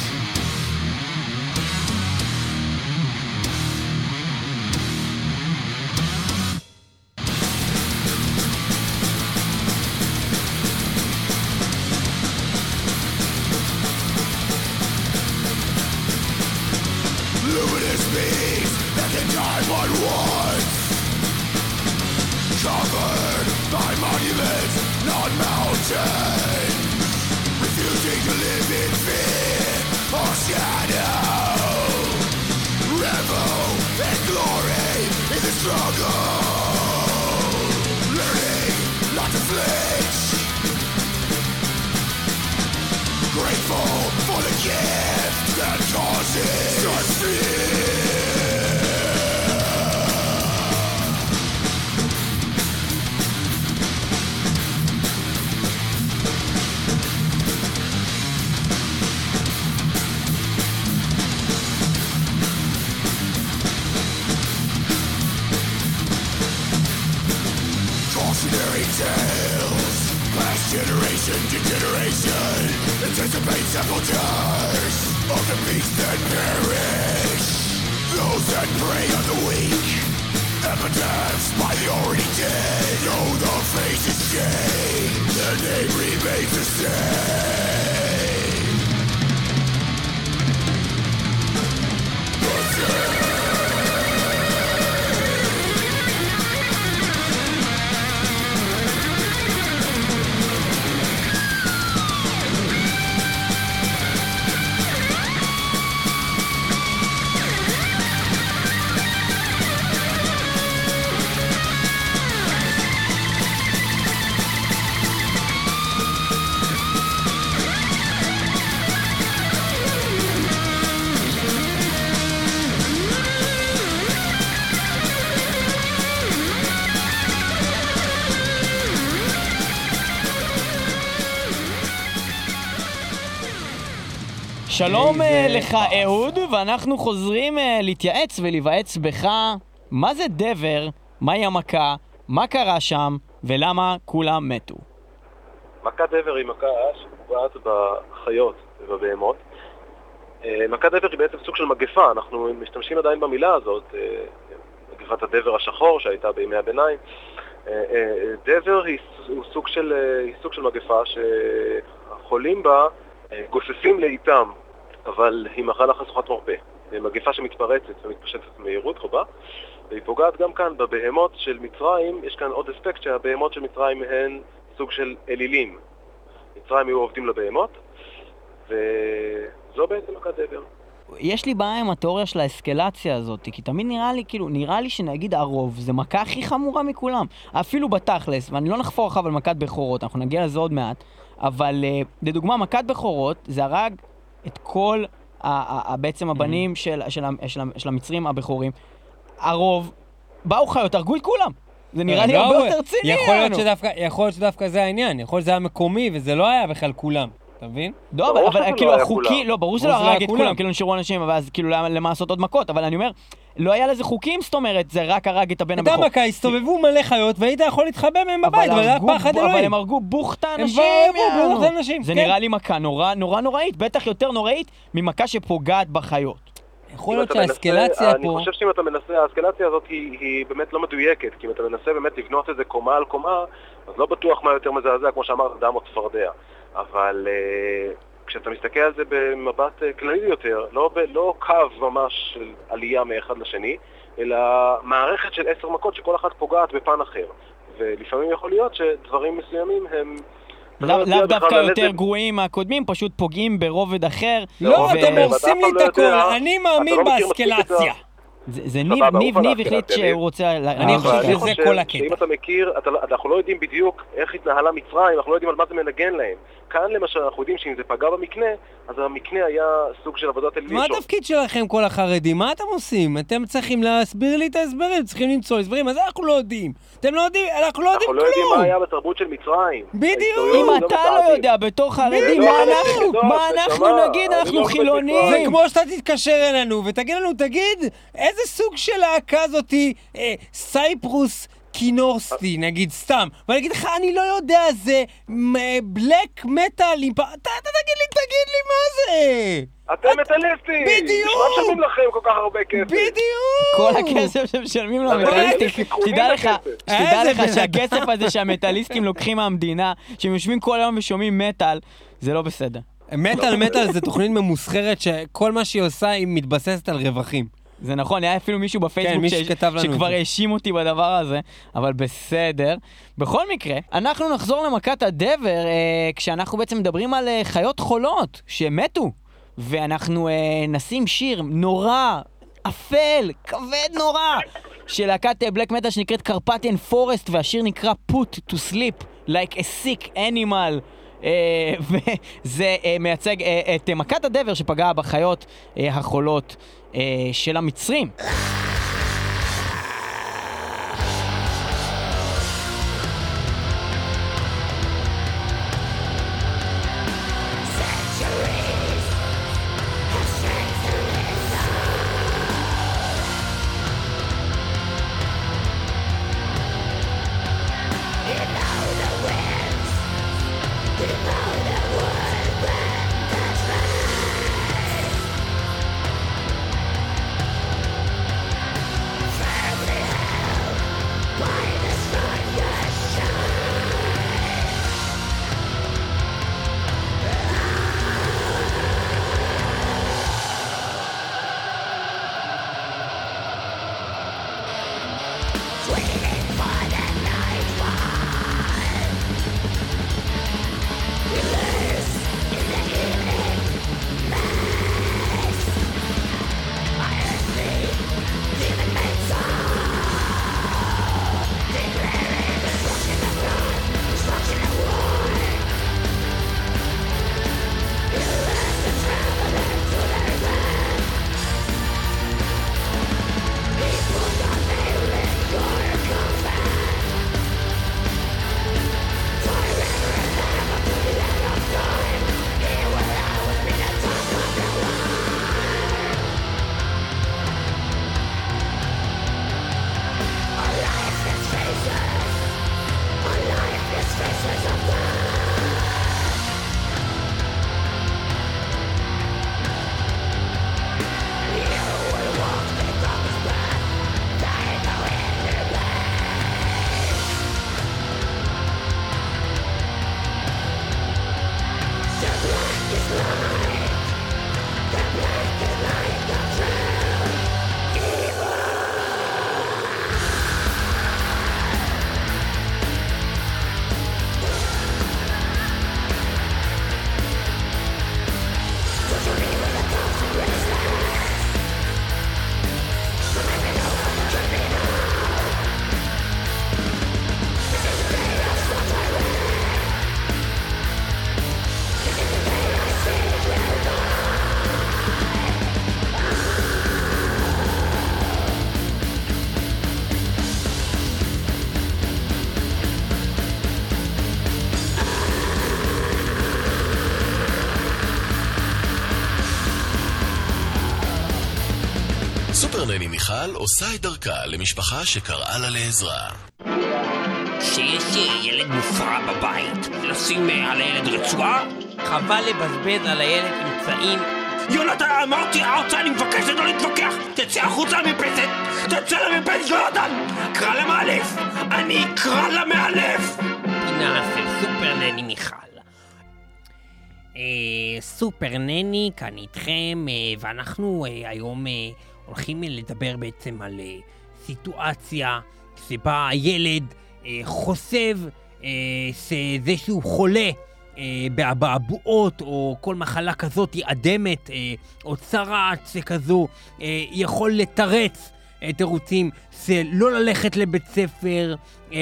Luminous beings that can die but once, covered by monuments, not mountains, refusing to live in fear or shadow. Revel and glory in the struggle, learning not to flinch, grateful for the gift that causes such fear. Cautionary tales, past generation to generation, anticipate sepulchres of the beasts that perish, those that prey on the weak, epitaphs by the already dead. Know the face is changed, the name remains the same. The same. שלום לך אהוד, ואנחנו חוזרים להתייעץ ולהיוועץ בך. מה זה דבר? מהי המכה? מה קרה שם? ולמה כולם מתו? מכת דבר היא מכה שפוגעת בחיות ובבהמות. מכת דבר היא בעצם סוג של מגפה, אנחנו משתמשים עדיין במילה הזאת, מגפת הדבר השחור שהייתה בימי הביניים. דבר היא סוג של, היא סוג של מגפה שהחולים בה גוססים לאיתם, אבל היא מחלה חשוכת מרפא. היא מגפה שמתפרצת ומתפשטת במהירות רבה, והיא פוגעת גם כאן בבהמות של מצרים. יש כאן עוד אספקט שהבהמות של מצרים הן סוג של אלילים. מצרים היו עובדים לבהמות, וזו בעצם מכת דבר. יש לי בעיה עם התיאוריה של האסקלציה הזאת, כי תמיד נראה לי, כאילו, נראה לי שנגיד הרוב זה מכה הכי חמורה מכולם. אפילו בתכלס, ואני לא נחפור אחר על מכת בכורות, אנחנו נגיע לזה עוד מעט, אבל לדוגמה, מכת בכורות זה הרג את כל ה- ה- בעצם הבנים של, של, של, של המצרים הבכורים. הרוב באו חיות, הרגו את כולם. זה נראה לי הרבה יותר ציני. יכול להיות שדווקא, יכול להיות שדווקא זה העניין, יכול להיות שזה היה מקומי וזה לא היה בכלל כולם. אתה מבין? לא, אבל, אבל כאילו החוקי, לא, ברור שלא הרג את כולם, כאילו נשארו אנשים, ואז כאילו למה לעשות עוד מכות, אבל אני אומר, לא היה לזה חוקים, זאת אומרת, זה רק הרג את הבן הבכור. אתה מכה, הסתובבו מלא חיות, והיית יכול להתחבא מהם בבית, אבל היה פחד אלוהים. אבל הם הרגו בוכת האנשים. הם בוכת האנשים, זה נראה לי מכה נורא נורא נוראית, בטח יותר נוראית ממכה שפוגעת בחיות. יכול להיות שהאסקלציה פה... אני חושב שאם אתה מנסה, האסקלציה הזאת היא, היא באמת לא מדויקת, כי אם אתה מנסה באמת לבנות את זה קומה על קומה, אז לא בטוח מה יותר מזעזע, כמו שאמרת, דם או צפרדע. אבל uh, כשאתה מסתכל על זה במבט uh, כללי יותר, לא, ב, לא קו ממש של עלייה מאחד לשני, אלא מערכת של עשר מכות שכל אחת פוגעת בפן אחר. ולפעמים יכול להיות שדברים מסוימים הם... לאו דווקא יותר גרועים מהקודמים, פשוט פוגעים ברובד אחר. לא, אתם הורסים לי את הכל, אני מאמין באסקלציה. זה ניב, ניב, ניב החליט שהוא רוצה... אני חושב שזה כל הקטע. שאם אתה מכיר, אנחנו לא יודעים בדיוק איך התנהלה מצרים, אנחנו לא יודעים על מה זה מנגן להם. כאן למשל אנחנו יודעים שאם זה פגע במקנה, אז המקנה היה סוג של עבודת אל מה התפקיד שלכם כל החרדים? מה אתם עושים? אתם צריכים להסביר לי את ההסברים, צריכים למצוא הסברים, אז אנחנו לא יודעים. אתם לא יודעים, אנחנו לא יודעים כלום. אנחנו לא יודעים מה היה בתרבות של מצרים. בדיוק. אם אתה לא יודע בתור חרדים, מה אנחנו? מה אנחנו נגיד? אנחנו חילונים. זה כמו שאתה תתקשר אלינו ותגיד לנו, תגיד, איזה סוג של להקה זאתי, סייפרוס קינורסטי, נגיד סתם. ואני אגיד לך, אני לא יודע, זה בלק מטל, אתה תגיד לי, תגיד לי מה זה? אתם מטליסטים! בדיוק! מה משלמים לכם כל כך הרבה כסף? בדיוק! כל הכסף שמשלמים למטליסטים. תדע לך, תדע לך שהכסף הזה שהמטליסטים לוקחים מהמדינה, שהם יושבים כל היום ושומעים מטל, זה לא בסדר. מטל מטל זה תוכנית ממוסחרת שכל מה שהיא עושה היא מתבססת על רווחים. זה נכון, היה אפילו מישהו בפייסבוק שכבר האשים אותי בדבר הזה, אבל בסדר. בכל מקרה, אנחנו נחזור למכת הדבר, כשאנחנו בעצם מדברים על חיות חולות שמתו, ואנחנו נשים שיר נורא, אפל, כבד נורא, של להקת בלק מטל שנקראת קרפטיאן פורסט, והשיר נקרא Put to Sleep Like a Sick Animal. וזה מייצג את מכת הדבר שפגעה בחיות החולות של המצרים. סופר נני מיכל עושה את דרכה למשפחה שקראה לה לעזרה. שיש ילד מופרע בבית, לשים על הילד רצועה? חבל לבזבז על הילד אמצעים. יונתן, אמרתי, ארצה, אני מבקש לא להתווכח. תצא החוצה למרפסת, תצא למרפסת, יונתן! קרא למאלף! אני אקרא למאלף! פינה של סופר נני מיכל. סופר נני כאן איתכם, ואנחנו היום הולכים לדבר בעצם על סיטואציה שבה הילד חושף שזה שהוא חולה באבעבועות או כל מחלה כזאת אדמת או צרעת שכזו יכול לתרץ תירוצים זה לא ללכת לבית ספר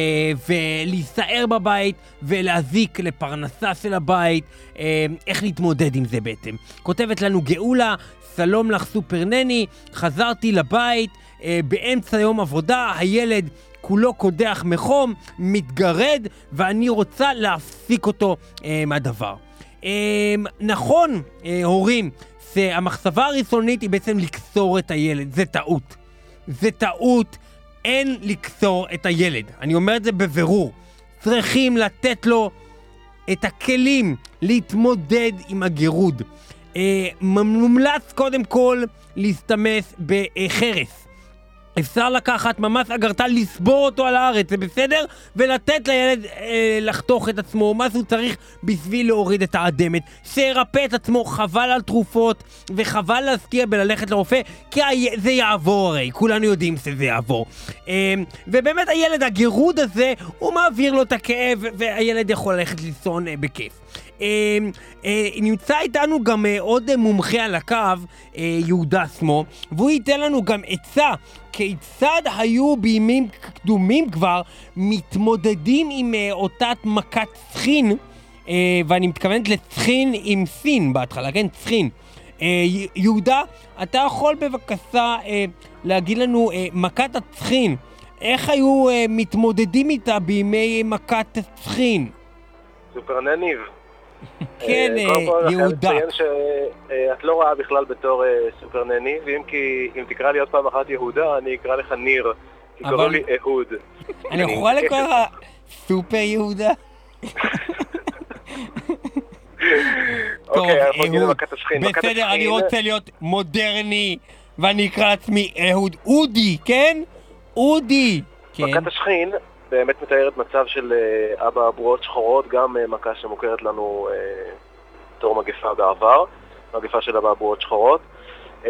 ולהישאר בבית ולהזיק לפרנסה של הבית. איך להתמודד עם זה בעצם? כותבת לנו גאולה, שלום לך סופר נני, חזרתי לבית באמצע יום עבודה, הילד כולו קודח מחום, מתגרד, ואני רוצה להפסיק אותו אה, מהדבר. אה, נכון, אה, הורים, שהמחשבה הראשונית היא בעצם לקסור את הילד. זה טעות. זה טעות, אין לקסור את הילד. אני אומר את זה בבירור. צריכים לתת לו את הכלים להתמודד עם הגירוד. אה, מומלץ קודם כל להסתמס בחרס. אפשר לקחת ממש אגרטל, לסבור אותו על הארץ, זה בסדר? ולתת לילד אה, לחתוך את עצמו, מה שהוא צריך בשביל להוריד את האדמת. שירפא את עצמו, חבל על תרופות, וחבל להסתיע בללכת לרופא, כי זה יעבור הרי, כולנו יודעים שזה יעבור. אה, ובאמת הילד, הגירוד הזה, הוא מעביר לו את הכאב, והילד יכול ללכת לישון אה, בכיף. אה, אה, נמצא איתנו גם אה, עוד מומחה על הקו, אה, יהודה שמו, והוא ייתן לנו גם עצה כיצד היו בימים קדומים כבר מתמודדים עם אה, אותה מכת צחין, אה, ואני מתכוונת לצחין עם סין בהתחלה, כן? צחין. אה, יהודה, אתה יכול בבקשה אה, להגיד לנו אה, מכת הצחין, איך היו אה, מתמודדים איתה בימי מכת הצחין? סופר נניב. כן, יהודה. אני אציין שאת לא רואה בכלל בתור סופר נני, ואם כי אם תקרא לי עוד פעם אחת יהודה, אני אקרא לך ניר, כי קוראים לי אהוד. אני יכול לקרוא לך סופר יהודה? טוב, אהוד, בסדר, אני רוצה להיות מודרני, ואני אקרא לעצמי אהוד. אודי, כן? אודי. מכת השכין באמת מתארת מצב של uh, אבעבועות שחורות, גם uh, מכה שמוכרת לנו uh, תור מגפה בעבר, מגפה של אבעבועות שחורות. Uh,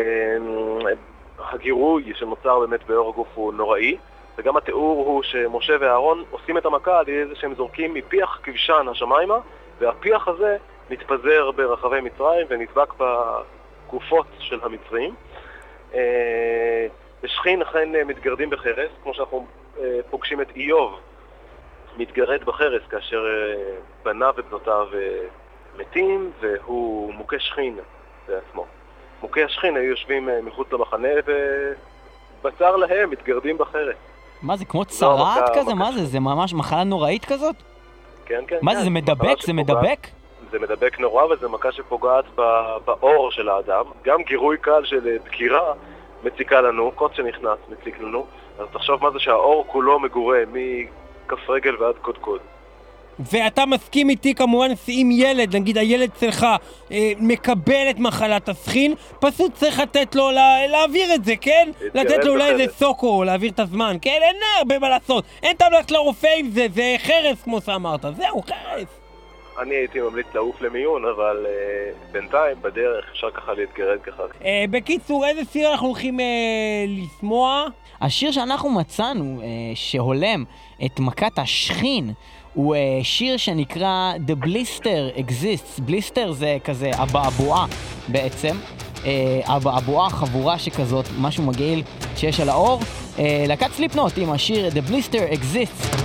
הגירוי שנוצר באמת באור הגוף הוא נוראי, וגם התיאור הוא שמשה ואהרון עושים את המכה על ידי זה שהם זורקים מפיח כבשן השמיימה, והפיח הזה מתפזר ברחבי מצרים ונדבק בגופות של המצרים. Uh, בשכין אכן מתגרדים בחרס, כמו שאנחנו פוגשים את איוב מתגרד בחרס כאשר בניו ובנותיו מתים, והוא מוכה שכין בעצמו. מוכי השכין היו יושבים מחוץ למחנה ובצר להם מתגרדים בחרס. מה זה, כמו צרעת כזה? מה זה? זה ממש מחלה נוראית כזאת? כן, כן. מה זה, זה מדבק? זה מדבק? זה מדבק נורא, וזה מכה שפוגעת באור של האדם. גם גירוי קל של דקירה מציקה לנו, קוץ שנכנס מציק לנו. אז תחשוב מה זה שהאור כולו מגורה, מכף רגל ועד קודקוד. ואתה מסכים איתי כמובן שאם ילד, נגיד הילד שלך אה, מקבל את מחלת השכין, פשוט צריך לתת לו לה, להעביר את זה, כן? לתת לו אולי איזה סוקו, להעביר את הזמן, כן? אין הרבה מה לעשות, אין טעם ללכת לרופא עם זה, זה חרס כמו שאמרת, זהו, חרס. אני הייתי ממליץ לעוף למיון, אבל אה, בינתיים בדרך אפשר ככה להתגרד ככה. אה, בקיצור, איזה שיר אנחנו הולכים אה, לשמוע? השיר שאנחנו מצאנו, אה, שהולם את מכת השכין, הוא uh, שיר שנקרא The Blister Exists. בליסטר זה כזה אבעבועה בעצם, uh, אבעבועה חבורה שכזאת, משהו מגעיל שיש על האור. uh, להקת סליפנוט עם השיר The Blister Exists.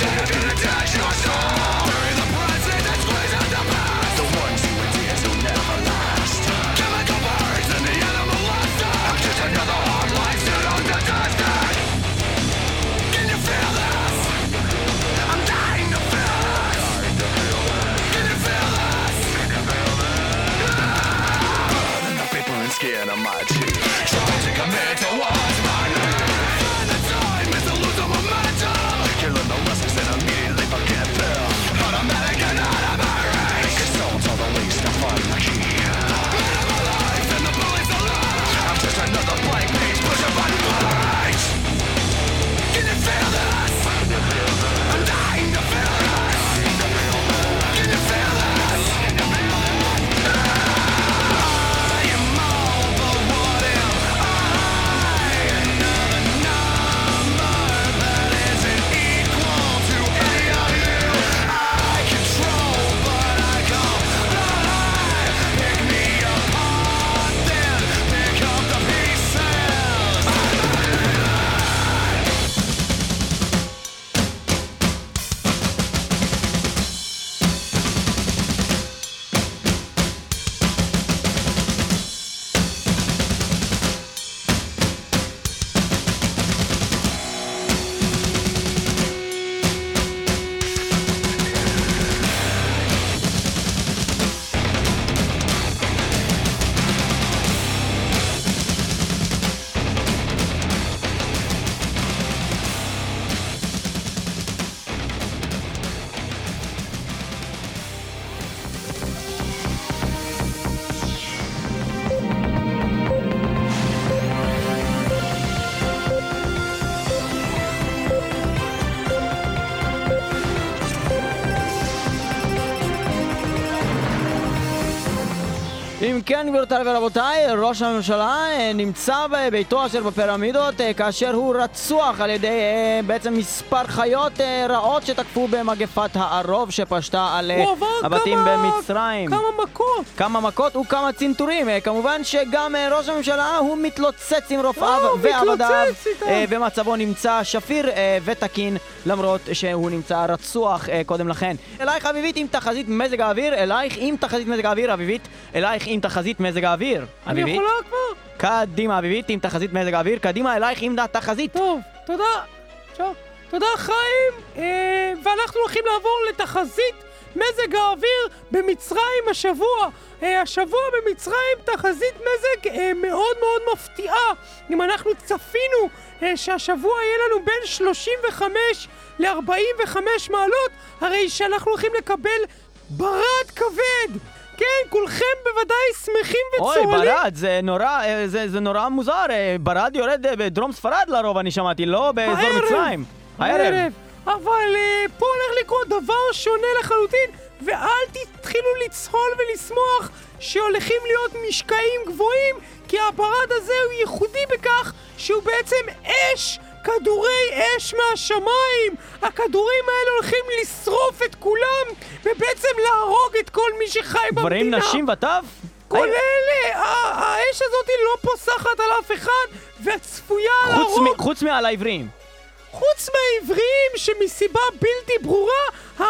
אם כן, גבירותיי ורבותיי, ראש הממשלה נמצא בביתו אשר בפירמידות כאשר הוא רצוח על ידי בעצם מספר חיות רעות שתקפו במגפת הערוב שפשטה על הבתים במצרים. כמה מכות! כמה מכות וכמה צנתורים. כמובן שגם ראש הממשלה הוא מתלוצץ עם רופאיו ועבדיו, ומצבו נמצא שפיר ותקין למרות שהוא נמצא רצוח קודם לכן. אלייך אביבית עם תחזית מזג האוויר, אלייך עם תחזית מזג האוויר, אביבית, אלייך עם תחזית מזג האוויר. אני יכולה כבר? קדימה אביבית עם תחזית מזג האוויר, קדימה אלייך עם תחזית. טוב, תודה. טוב, תודה חיים, אה, ואנחנו הולכים לעבור לתחזית מזג האוויר במצרים השבוע. אה, השבוע במצרים תחזית מזג אה, מאוד מאוד מפתיעה. אם אנחנו צפינו אה, שהשבוע יהיה לנו בין שלושים וחמש ל-ארבעים וחמש מעלות, הרי שאנחנו הולכים לקבל ברד כבד. כן, כולכם בוודאי שמחים וצוהלים. אוי, ברד, זה נורא, זה, זה נורא מוזר. ברד יורד בדרום ספרד לרוב, אני שמעתי, לא באזור מצרים. הערב. הערב. אבל uh, פה הולך לקרות דבר שונה לחלוטין, ואל תתחילו לצהול ולשמוח שהולכים להיות משקעים גבוהים, כי הברד הזה הוא ייחודי בכך שהוא בעצם אש, כדורי אש מהשמיים. הכדורים האלה הולכים לשרוף את כולם ובעצם להרוג את כל מי שחי במדינה. גברים, נשים וטף? כל אלה, האש הזאת לא פוסחת על אף אחד וצפויה להרוג. חוץ מעל העבריים. חוץ מהעבריים שמסיבה בלתי ברורה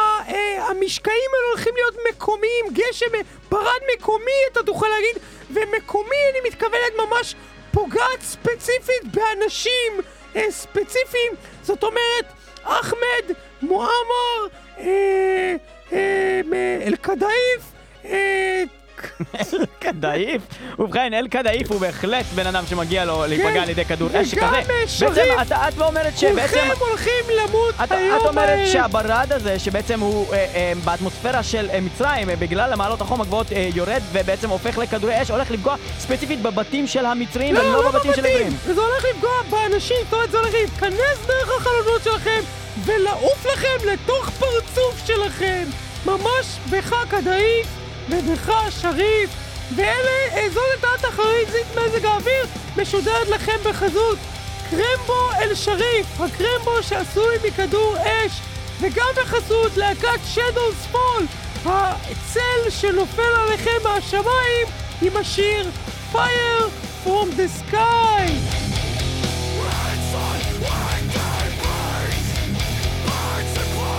המשקעים האלה הולכים להיות מקומיים, גשם ברד מקומי אתה תוכל להגיד, ומקומי אני מתכוונת ממש פוגעת ספציפית באנשים ספציפיים. זאת אומרת אחמד, מועמר, אל-קדאיף, אל-קדאיף? ובכן, אל-קדאיף הוא בהחלט בן אדם שמגיע לו להיפגע על ידי כדור אש כזה. בעצם את לא אומרת שבעצם כולכם הולכים למות היום. את אומרת שהברד הזה שבעצם הוא באטמוספירה של מצרים בגלל המעלות החום הגבוהות יורד ובעצם הופך לכדורי אש, הולך לפגוע ספציפית בבתים של המצרים ולא בבתים של עברים. זה הולך לפגוע באנשים, זאת אומרת זה הולך להתכנס דרך החלונות שלכם ולעוף לכם לתוך פרצוף שלכם, ממש בך קדאיף ובך שריף. ואלה, זאת הייתה תחזית מזג האוויר משודרת לכם בחזות קרמבו אל שריף, הקרמבו שעשוי מכדור אש, וגם בחסות להקת שדוס פול, הצל שנופל עליכם מהשמיים עם השיר Fire from the Sky. Red sun, white day, birds, birds and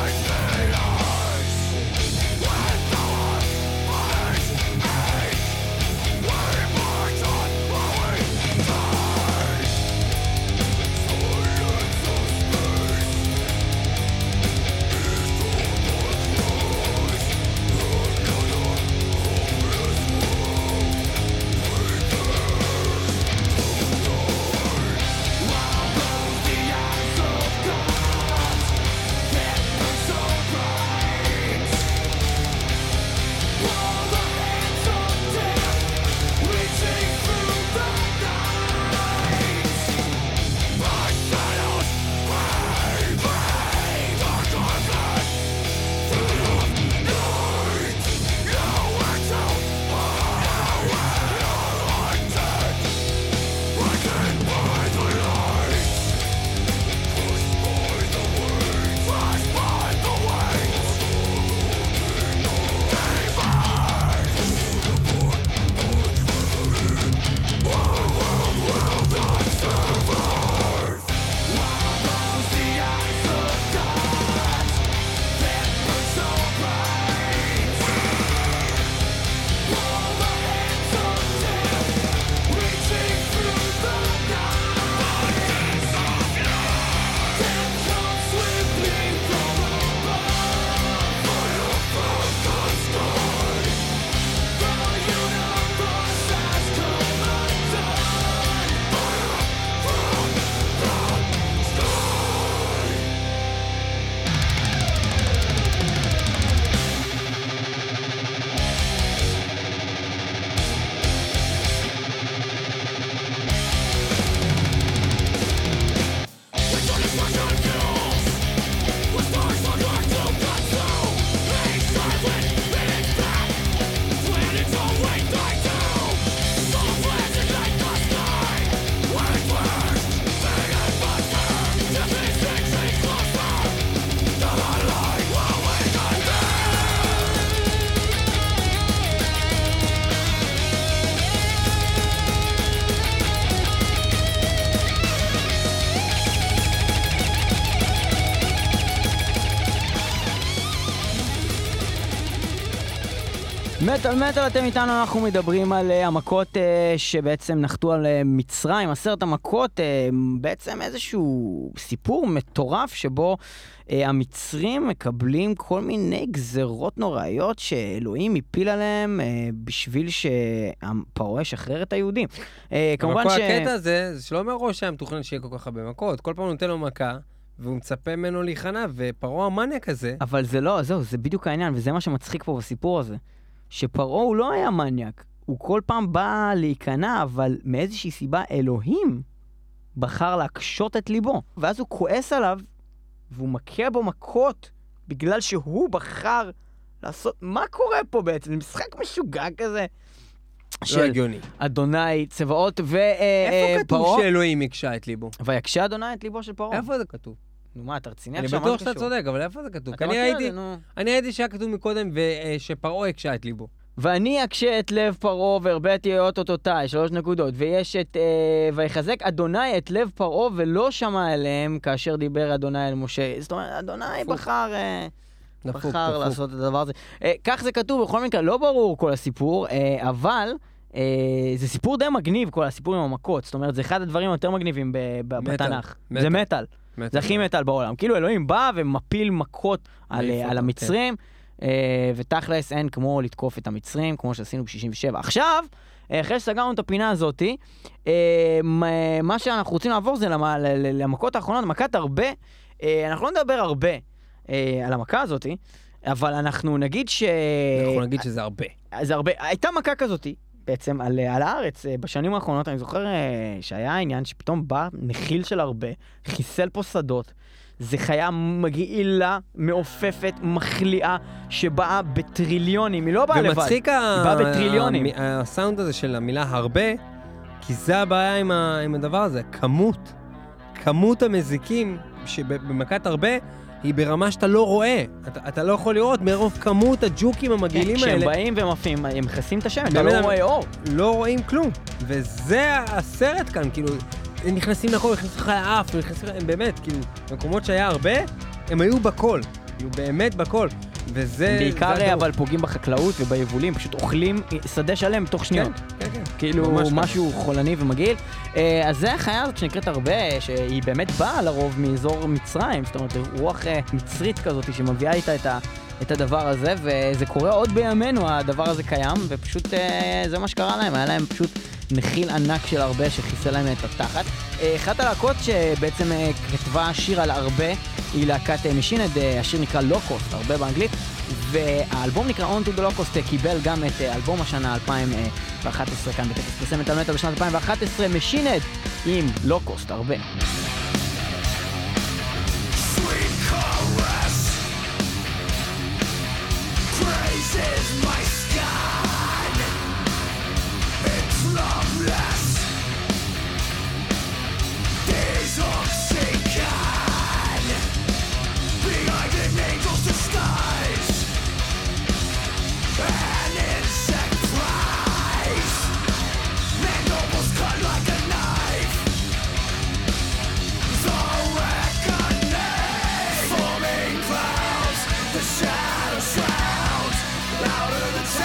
מטל מטל, אתם איתנו, אנחנו מדברים על uh, המכות uh, שבעצם נחתו על uh, מצרים, עשרת המכות, uh, בעצם איזשהו סיפור מטורף שבו uh, המצרים מקבלים כל מיני גזרות נוראיות שאלוהים הפיל עליהם uh, בשביל שהפרעה ישחרר את היהודים. Uh, כמובן ש... הקטע הזה, זה שלא מראש שהיה מתוכנן שיהיה כל כך הרבה מכות, כל פעם נותן לו מכה, והוא מצפה ממנו להיכנע, ופרעה המניאק הזה... אבל זה לא, זהו, זה בדיוק העניין, וזה מה שמצחיק פה בסיפור הזה. שפרעה הוא לא היה מניאק, הוא כל פעם בא להיכנע, אבל מאיזושהי סיבה אלוהים בחר להקשות את ליבו. ואז הוא כועס עליו, והוא מכה בו מכות, בגלל שהוא בחר לעשות... מה קורה פה בעצם? זה משחק משוגע כזה. לא הגיוני. אדוני צבאות ו... איפה כתוב שאלוהים יקשה את ליבו? ויקשה אדוני את ליבו של פרעה. איפה זה כתוב? נו מה, אתה רציני עכשיו? אני בטוח שאתה צודק, אבל איפה זה כתוב? אני הייתי שהיה כתוב מקודם שפרעה יקשה את ליבו. ואני אקשה את לב פרעה והרביתי את אותותיי, שלוש נקודות, ויש את, אה, ויחזק אדוני את לב פרעה ולא שמע אליהם כאשר דיבר אדוני אל משה. זאת אומרת, אדוני פוק. בחר, אה, דפוק, בחר דפוק. לעשות את הדבר הזה. אה, כך זה כתוב, בכל מקרה, לא ברור כל הסיפור, אה, אבל אה, זה סיפור די מגניב, כל הסיפור עם המכות. זאת אומרת, זה אחד הדברים היותר מגניבים ב- ב- מטל, בתנ"ך. מטל. זה מטל. מטל. זה הכי מטל בעולם. כאילו אלוהים בא ומפיל מכות על, על המצרים, כן. Uh, ותכלס אין כמו לתקוף את המצרים, כמו שעשינו ב-שישים ושבע. עכשיו, uh, אחרי שסגרנו את הפינה הזאת, uh, מה שאנחנו רוצים לעבור זה למ- למכות האחרונות, מכת הרבה. Uh, אנחנו לא נדבר הרבה uh, על המכה הזאת, אבל אנחנו נגיד ש... אנחנו נגיד שזה הרבה. זה הרבה. הייתה מכה כזאת, בעצם על, על הארץ, uh, בשנים האחרונות, אני זוכר uh, שהיה העניין שפתאום בא נחיל של הרבה, חיסל פה שדות, זה חיה מגעילה, מעופפת, מחליאה, שבאה בטריליונים, היא לא באה לבד, ומצחיק היא באה בטריליונים. הסאונד הזה של המילה הרבה, כי זה הבעיה עם, ה... עם הדבר הזה, כמות, כמות המזיקים שבמכת הרבה, היא ברמה שאתה לא רואה, אתה, אתה לא יכול לראות מרוב כמות הג'וקים המגעילים כן, האלה. כשהם באים ומפים, הם מכסים את השם, אתה לא רואה אור. לא רואים כלום, וזה הסרט כאן, כאילו... הם נכנסים לכל, נכנסים לך לאף, נכנסים לך, הם באמת, כאילו, במקומות שהיה הרבה, הם היו בכל, היו באמת בכל, וזה... בעיקר אבל פוגעים בחקלאות וביבולים, פשוט אוכלים שדה שלם תוך שניות. כן, כן, כן. כאילו משהו חולני ומגעיל. אז זה החיה הזאת שנקראת הרבה, שהיא באמת באה לרוב מאזור מצרים, זאת אומרת, רוח מצרית כזאת שמביאה איתה את ה... את הדבר הזה, וזה קורה עוד בימינו, הדבר הזה קיים, ופשוט זה מה שקרה להם, היה להם פשוט נחיל ענק של הרבה שחיסל להם את התחת. אחת הלהקות שבעצם כתבה שיר על הרבה, היא להקת משינד, השיר נקרא לוקוסט, הרבה באנגלית, והאלבום נקרא On to the Locust, קיבל גם את אלבום השנה אלפיים ואחת עשרה כאן בטקס פרסם מטל מטל בשנת אלפיים ואחת עשרה, משינד עם לוקוסט, הרבה. Is my skin. It's loveless. Days of shaken behind an angel's disguise. An insect flies. Man almost cut like a knife. The reckoning. Forming clouds. The shadows shroud. Louder than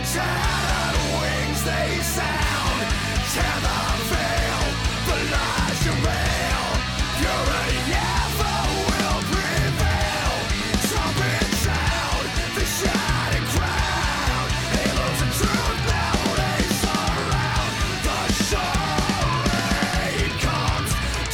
Shattered wings they sound, tear the veil, the lies you veil. Fury ever will prevail. Trumpet sound, the shining crown. Halos of truth now they surround. The charade comes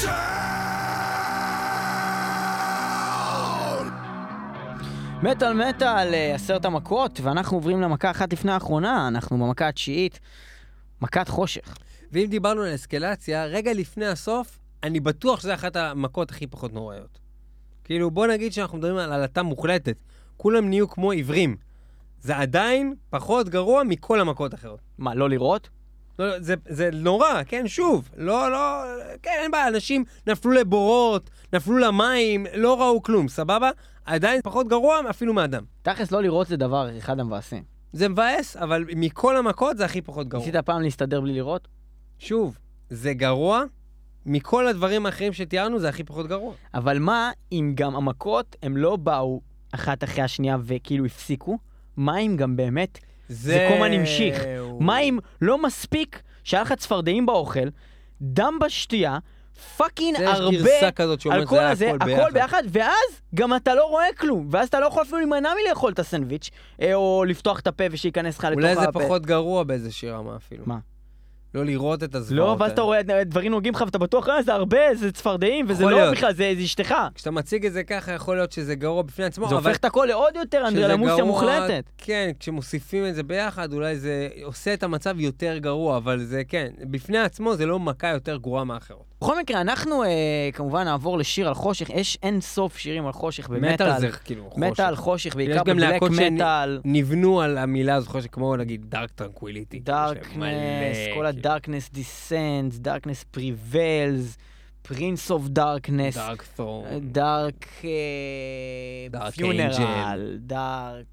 down. מטל מטל, עשרת המכות, ואנחנו עוברים למכה אחת לפני האחרונה, אנחנו במכה התשיעית, מכת חושך. ואם דיברנו על אסקלציה, רגע לפני הסוף, אני בטוח שזה אחת המכות הכי פחות נוראיות. כאילו, בוא נגיד שאנחנו מדברים על עלתה מוחלטת, כולם נהיו כמו עיוורים. זה עדיין פחות גרוע מכל המכות האחרות. מה, לא לראות? לא, זה, זה נורא, כן, שוב. לא, לא, כן, אין בעיה, אנשים נפלו לבורות, נפלו למים, לא ראו כלום, סבבה? עדיין פחות גרוע אפילו מאדם. תכלס לא לראות זה דבר אחד המבאסים. זה מבאס, אבל מכל המכות זה הכי פחות גרוע. ניסית פעם להסתדר בלי לראות? שוב, זה גרוע, מכל הדברים האחרים שתיארנו זה הכי פחות גרוע. אבל מה אם גם המכות הם לא באו אחת אחרי השנייה וכאילו הפסיקו? מה אם גם באמת זה, זה קומה נמשיך? מה אם לא מספיק שהיה לך צפרדעים באוכל, דם בשתייה, פאקינג הרבה, גרסה כזאת שאומרת זה הזה, הכל, הכל ביחד. ביחד, ואז גם אתה לא רואה כלום, ואז אתה לא יכול אפילו להימנע מלאכול את הסנדוויץ', או לפתוח את הפה ושייכנס לך לתוך הפה. אולי זה פחות גרוע באיזה שיר רמה אפילו. מה? לא לראות את הזוועות. לא, ואז אתה רואה דברים נוגעים לך, ואתה בטוח, זה הרבה, זה צפרדעים, וזה לא בכלל, זה אשתך. כשאתה מציג את זה ככה, יכול להיות שזה גרוע בפני עצמו. זה הופך את הכל לעוד יותר אנדרלמוסיה מוחלטת. כן, כשמוסיפים את זה ביחד, אולי זה עושה את המצב יותר גרוע, אבל זה כן, בפני עצמו זה לא מכה יותר גרועה מאחרות. בכל מקרה, אנחנו כמובן נעבור לשיר על חושך, יש אין סוף שירים על חושך במטל. מטל זה כאילו חושך. מטל, חושך, בעיקר בבלק מטל. נבנו על המילה הזו חושך, כמו נגיד דארק טרנקוויליטי. דארקנס, כל הדארקנס דיסנס, דארקנס פריבלס, פרינס אוף דארקנס. דארק תורן. דארק פיונרל. דארק...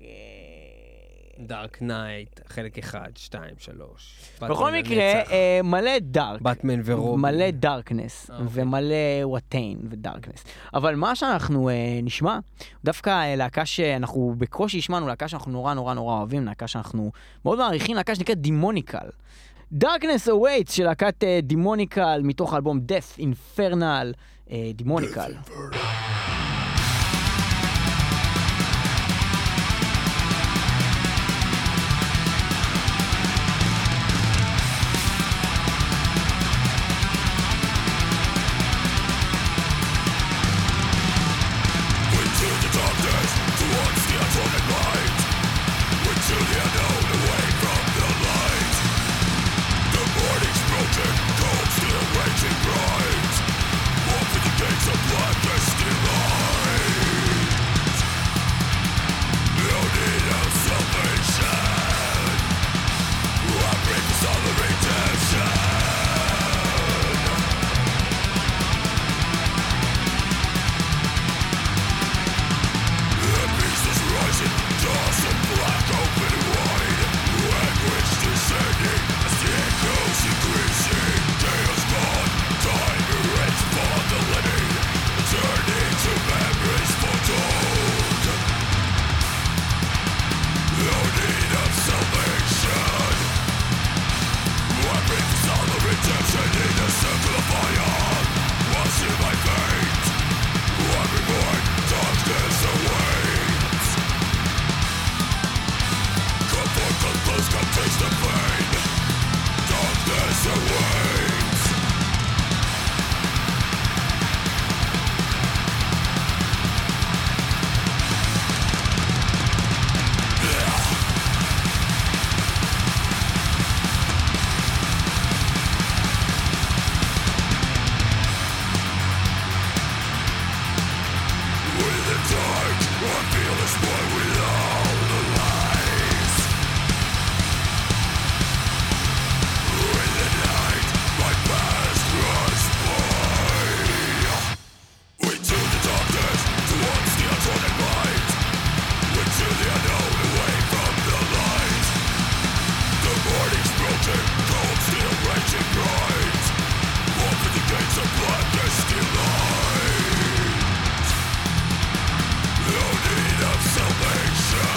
דארק נייט, חלק אחד, שתיים, שלוש. בכל מקרה, מלא דארק. בטמן ורובין. מלא דארקנס, ומלא וואטיין ודארקנס. אבל מה שאנחנו נשמע, דווקא להקה שאנחנו בקושי השמענו, להקה שאנחנו נורא נורא נורא אוהבים, להקה שאנחנו מאוד מעריכים, להקה שנקראת דימוניקל. Darkness Awaits של להקת דימוניקל, מתוך האלבום Death Infernal, דימוניקל. Salvation.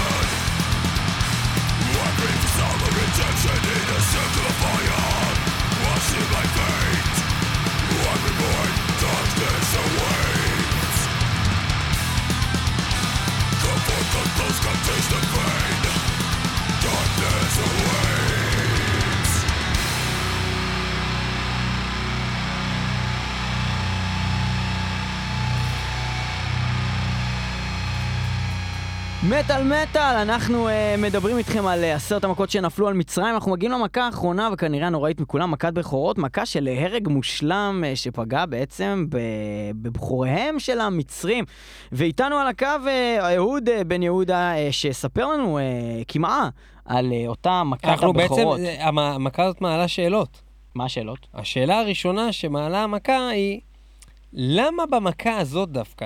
מטל מטל, אנחנו uh, מדברים איתכם על uh, עשרת המכות שנפלו על מצרים. אנחנו מגיעים למכה האחרונה וכנראה הנוראית מכולם, מכת בכורות, מכה של הרג מושלם uh, שפגע בעצם בבחוריהם של המצרים. ואיתנו על הקו uh, אהוד uh, בן יהודה uh, שספר לנו uh, כמעה על uh, אותה מכת אנחנו הבכורות. בעצם, המכה הזאת מעלה שאלות. מה השאלות? השאלה הראשונה שמעלה המכה היא, למה במכה הזאת דווקא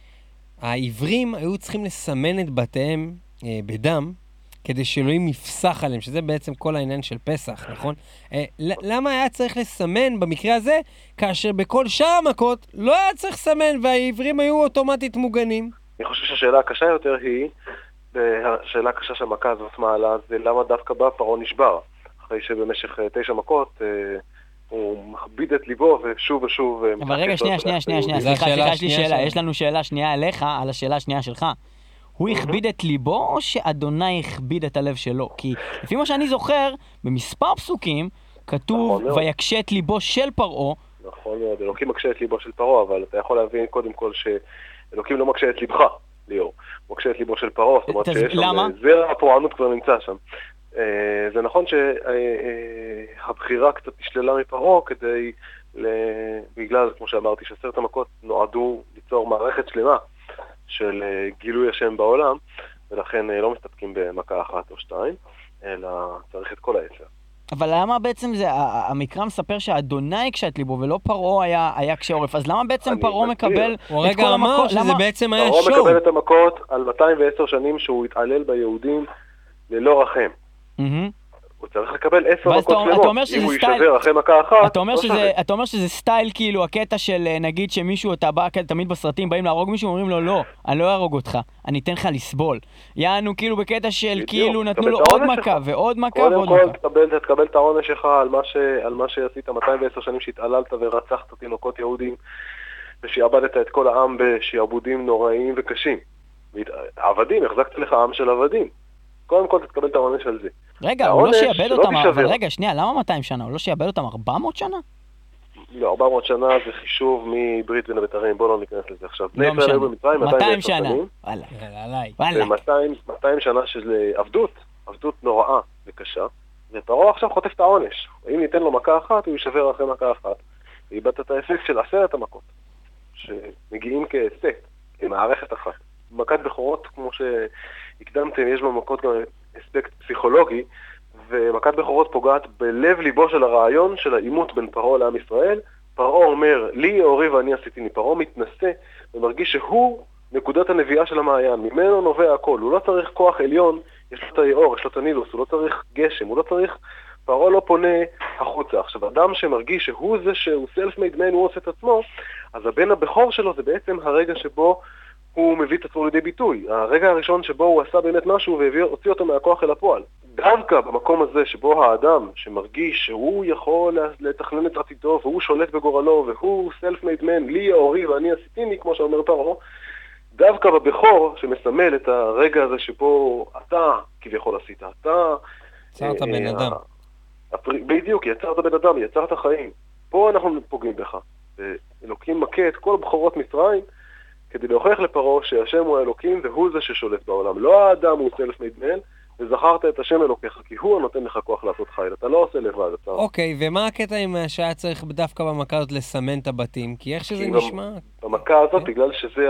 העברים היו צריכים לסמן את בתיהם אה, בדם, כדי שאלוהים יפסח עליהם, שזה בעצם כל העניין של פסח, נכון? אה, למה היה צריך לסמן במקרה הזה, כאשר בכל שאר המכות לא היה צריך לסמן, והעברים היו אוטומטית מוגנים? אני חושב שהשאלה הקשה יותר היא, השאלה הקשה שהמכה הזאת מעלה, זה למה דווקא בה פרעה נשבר, אחרי שבמשך תשע מכות אה, הוא מכביד את ליבו ושוב ושוב... אבל רגע, שנייה, שנייה, שנייה, שנייה, סליחה, סליחה, יש לי שאלה, יש לנו שאלה שנייה אליך, על השאלה השנייה שלך. הוא הכביד את ליבו או שאדוני הכביד את הלב שלו? כי לפי מה שאני זוכר, במספר פסוקים כתוב ויקשה את ליבו של פרעה. נכון מאוד, אלוקים מקשה את ליבו של פרעה, אבל אתה יכול להבין קודם כל שאלוקים לא מקשה את ליבך, ליאור. הוא מקשה את ליבו של פרעה, זאת אומרת שיש שם... זרע הפורענות כבר נמצא שם. זה נכון שהבחירה קצת השללה מפרעה כדי, בגלל, כמו שאמרתי, שעשרת המכות נועדו ליצור מערכת שלמה של גילוי השם בעולם, ולכן לא מסתפקים במכה אחת או שתיים, אלא צריך את כל העשר. אבל למה בעצם זה, המקרא מספר שהאדוני הקשה את ליבו ולא פרעה היה, היה קשה עורף, אז למה בעצם פרעה מקבל את כל המכות? שזה בעצם היה פרעה שואו. מקבל את המכות על מאתיים ועשר שנים שהוא התעלל ביהודים ללא רחם. הוא צריך לקבל עשר מכות שלמות, אם הוא יישבר אחרי מכה אחת. אתה אומר שזה סטייל כאילו, הקטע של נגיד שמישהו, אתה בא תמיד בסרטים, באים להרוג מישהו, אומרים לו לא, אני לא ארוג אותך, אני אתן לך לסבול. יענו כאילו בקטע של כאילו נתנו לו עוד מכה ועוד מכה ועוד מכה. קודם כל תקבל את העונש שלך על מה שעשית מאתיים ועשר שנים שהתעללת ורצחת תינוקות יהודים, ושעבדת את כל העם בשעבודים נוראיים וקשים. עבדים, החזקת לך עם של עבדים. קודם כל תקבל את העונש על זה. רגע, הוא לא שיאבד אותם, אבל רגע, שנייה, למה מאתיים שנה? הוא לא שיאבד אותם ארבע מאות שנה? לא, ארבע מאות שנה זה חישוב מברית בין הבתרים, בואו לא ניכנס לזה עכשיו. לא משנה, מאתיים שנה. וואלה, וואלה. מאתיים שנה של עבדות, עבדות נוראה וקשה, ופרעה עכשיו חוטף את העונש. אם ניתן לו מכה אחת, הוא יישבר אחרי מכה אחת. ואיבדת את האפקט של עשרת המכות, שמגיעים כסט, כמערכת אחת. מכת בכורות, כמו שהקדמתם, יש במכות גם אספקט פסיכולוגי, ומכת בכורות פוגעת בלב ליבו של הרעיון של האימות בין פרעה לעם ישראל. פרעה אומר, לי אורי ואני עשיתיני. פרעה מתנשא ומרגיש שהוא נקודת הנביאה של המעיין, ממנו נובע הכל. הוא לא צריך כוח עליון, יש לו את היאור, יש לו את הנילוס, הוא לא צריך גשם, הוא לא צריך... פרעה לא פונה החוצה. עכשיו, אדם שמרגיש שהוא זה שהוא self-made man, הוא עושה את עצמו, אז הבן הבכור שלו זה בעצם הרגע שבו הוא מביא את עצמו לידי ביטוי. הרגע הראשון שבו הוא עשה באמת משהו והוציא אותו מהכוח אל הפועל. דווקא במקום הזה שבו האדם שמרגיש שהוא יכול לתכנן את עתידו והוא שולט בגורלו והוא self-made man, לי אורי ואני עשיתיני, כמו שאומר פרעה, דווקא בבכור שמסמל את הרגע הזה שבו אתה כביכול עשית, אתה... יצרת בן אדם. בדיוק, יצרת בן אדם, יצרת חיים. פה אנחנו פוגעים בך. אלוקים מכה את כל בכורות מצרים, כדי להוכיח לפרעה שהשם הוא האלוקים והוא זה ששולט בעולם. לא האדם הוא self-made man, וזכרת את השם אלוקיך, כי הוא הנותן לך כוח לעשות חיל. אתה לא עושה לבד. אתה... אוקיי, ומה הקטע עם שהיה צריך דווקא במכה הזאת לסמן את הבתים? כי איך שזה נשמע... במכה הזאת, בגלל שזה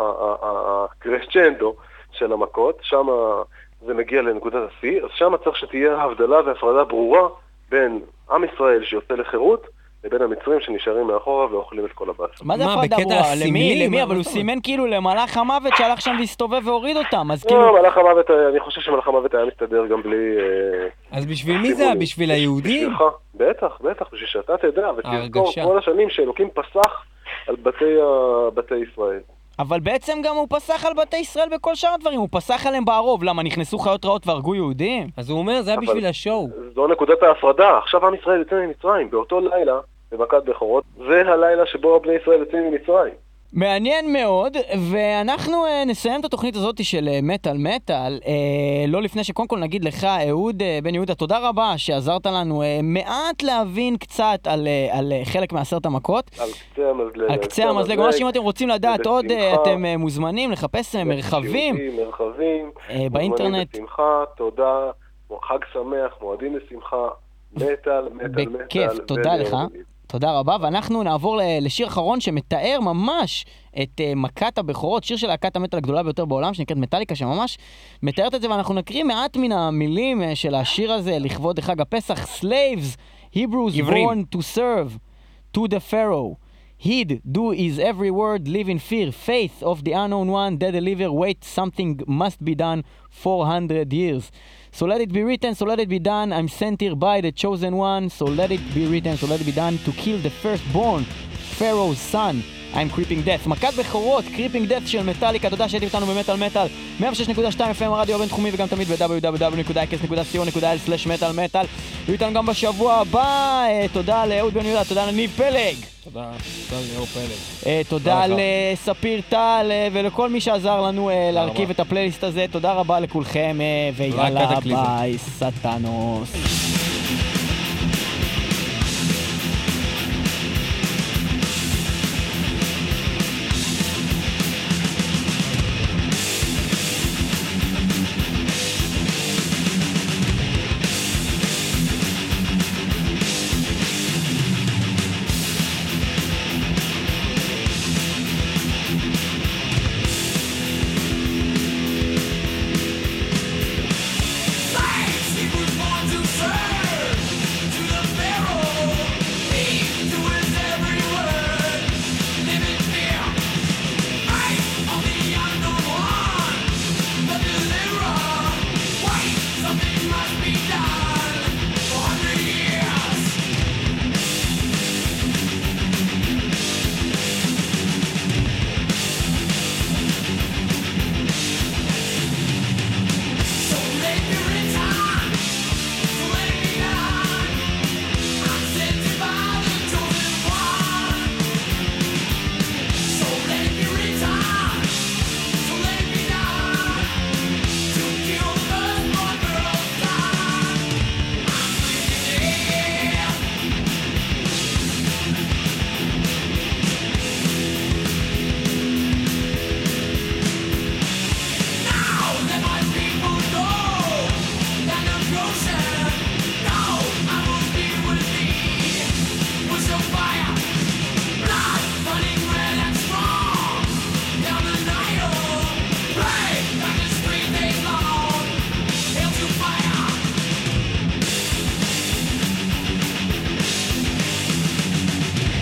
הקרשצ'נדו של המכות, שם זה מגיע לנקודת השיא, אז שם צריך שתהיה הבדלה והפרדה ברורה בין עם ישראל שיוצא לחירות, לבין המצרים שנשארים מאחורה ואוכלים את כל הבאס. מה זה הפרדה ברורה? למי? למי? אבל הוא סימן כאילו למלאך המוות שהלך שם והסתובב והוריד אותם, אז כאילו... לא, מלאך המוות, אני חושב שמלאך המוות היה מסתדר גם בלי... אז בשביל מי זה? בשביל היהודים? בטח, בטח, בשביל שאתה תדע, ותזכור כל השנים שאלוקים פסח על בתי ישראל. אבל בעצם גם הוא פסח על בתי ישראל בכל שאר הדברים, הוא פסח עליהם בערוב, למה נכנסו חיות רעות והרגו יהודים? אז הוא אומר, זה היה בשביל השואו. זו נקודת ההפרדה, עכשיו עם ישראל יוצא ממצרים, באותו לילה, במכת בכורות, זה הלילה שבו בני ישראל יוצאים ממצרים. מעניין מאוד, ואנחנו נסיים את התוכנית הזאת של מטל מטל, לא לפני שקודם כל נגיד לך, אהוד בן יהודה, תודה רבה שעזרת לנו מעט להבין קצת על, על חלק מעשרת המכות. על קצה המזלג. על קצה המזלג, ממש אם אתם רוצים לדעת עוד, אתם מוזמנים לחפש מרחבים. מרחבים, באינטרנט. בשמחה, תודה, חג שמח, מועדים לשמחה, מטל, מטל, מטל. בכיף, תודה לך. תודה רבה, ואנחנו נעבור לשיר אחרון שמתאר ממש את uh, מכת הבכורות, שיר של להקת המטל הגדולה ביותר בעולם, שנקראת מטליקה, שממש מתארת את זה, ואנחנו נקריא מעט מן המילים uh, של השיר הזה לכבוד חג הפסח. Slaves, Hebrews born to serve, to the Pharaoh. Heed, do his every word, live in fear, faith of the unknown one, that deliver, wait, something must be done, four hundred years. So let it be written, so let it be done, I'm sent here by the chosen one, so let it be written, so let it be done, to kill the firstborn, Pharaoh's son, I'm creeping death. מכת בכורות, creeping death של מטליקה, תודה שהייתם איתנו במטל מטל, מאה ושש נקודה שתיים אף אם הרדיו הבינתחומי, וגם תמיד ב-דאבליו דאבליו דאבליו נקודה אייקס נקודה סי או נקודה איי אל סלש מטל מטל. יהיו איתנו גם בשבוע הבא, תודה לאהוד בן יהודה, תודה לניב פלג. תודה, תודה לאור פלג. תודה לספיר טל ולכל מי שעזר לנו להרכיב את הפלייליסט הזה. תודה רבה לכולכם, ויאללה ביי, סטנוס.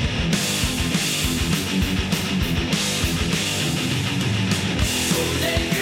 Let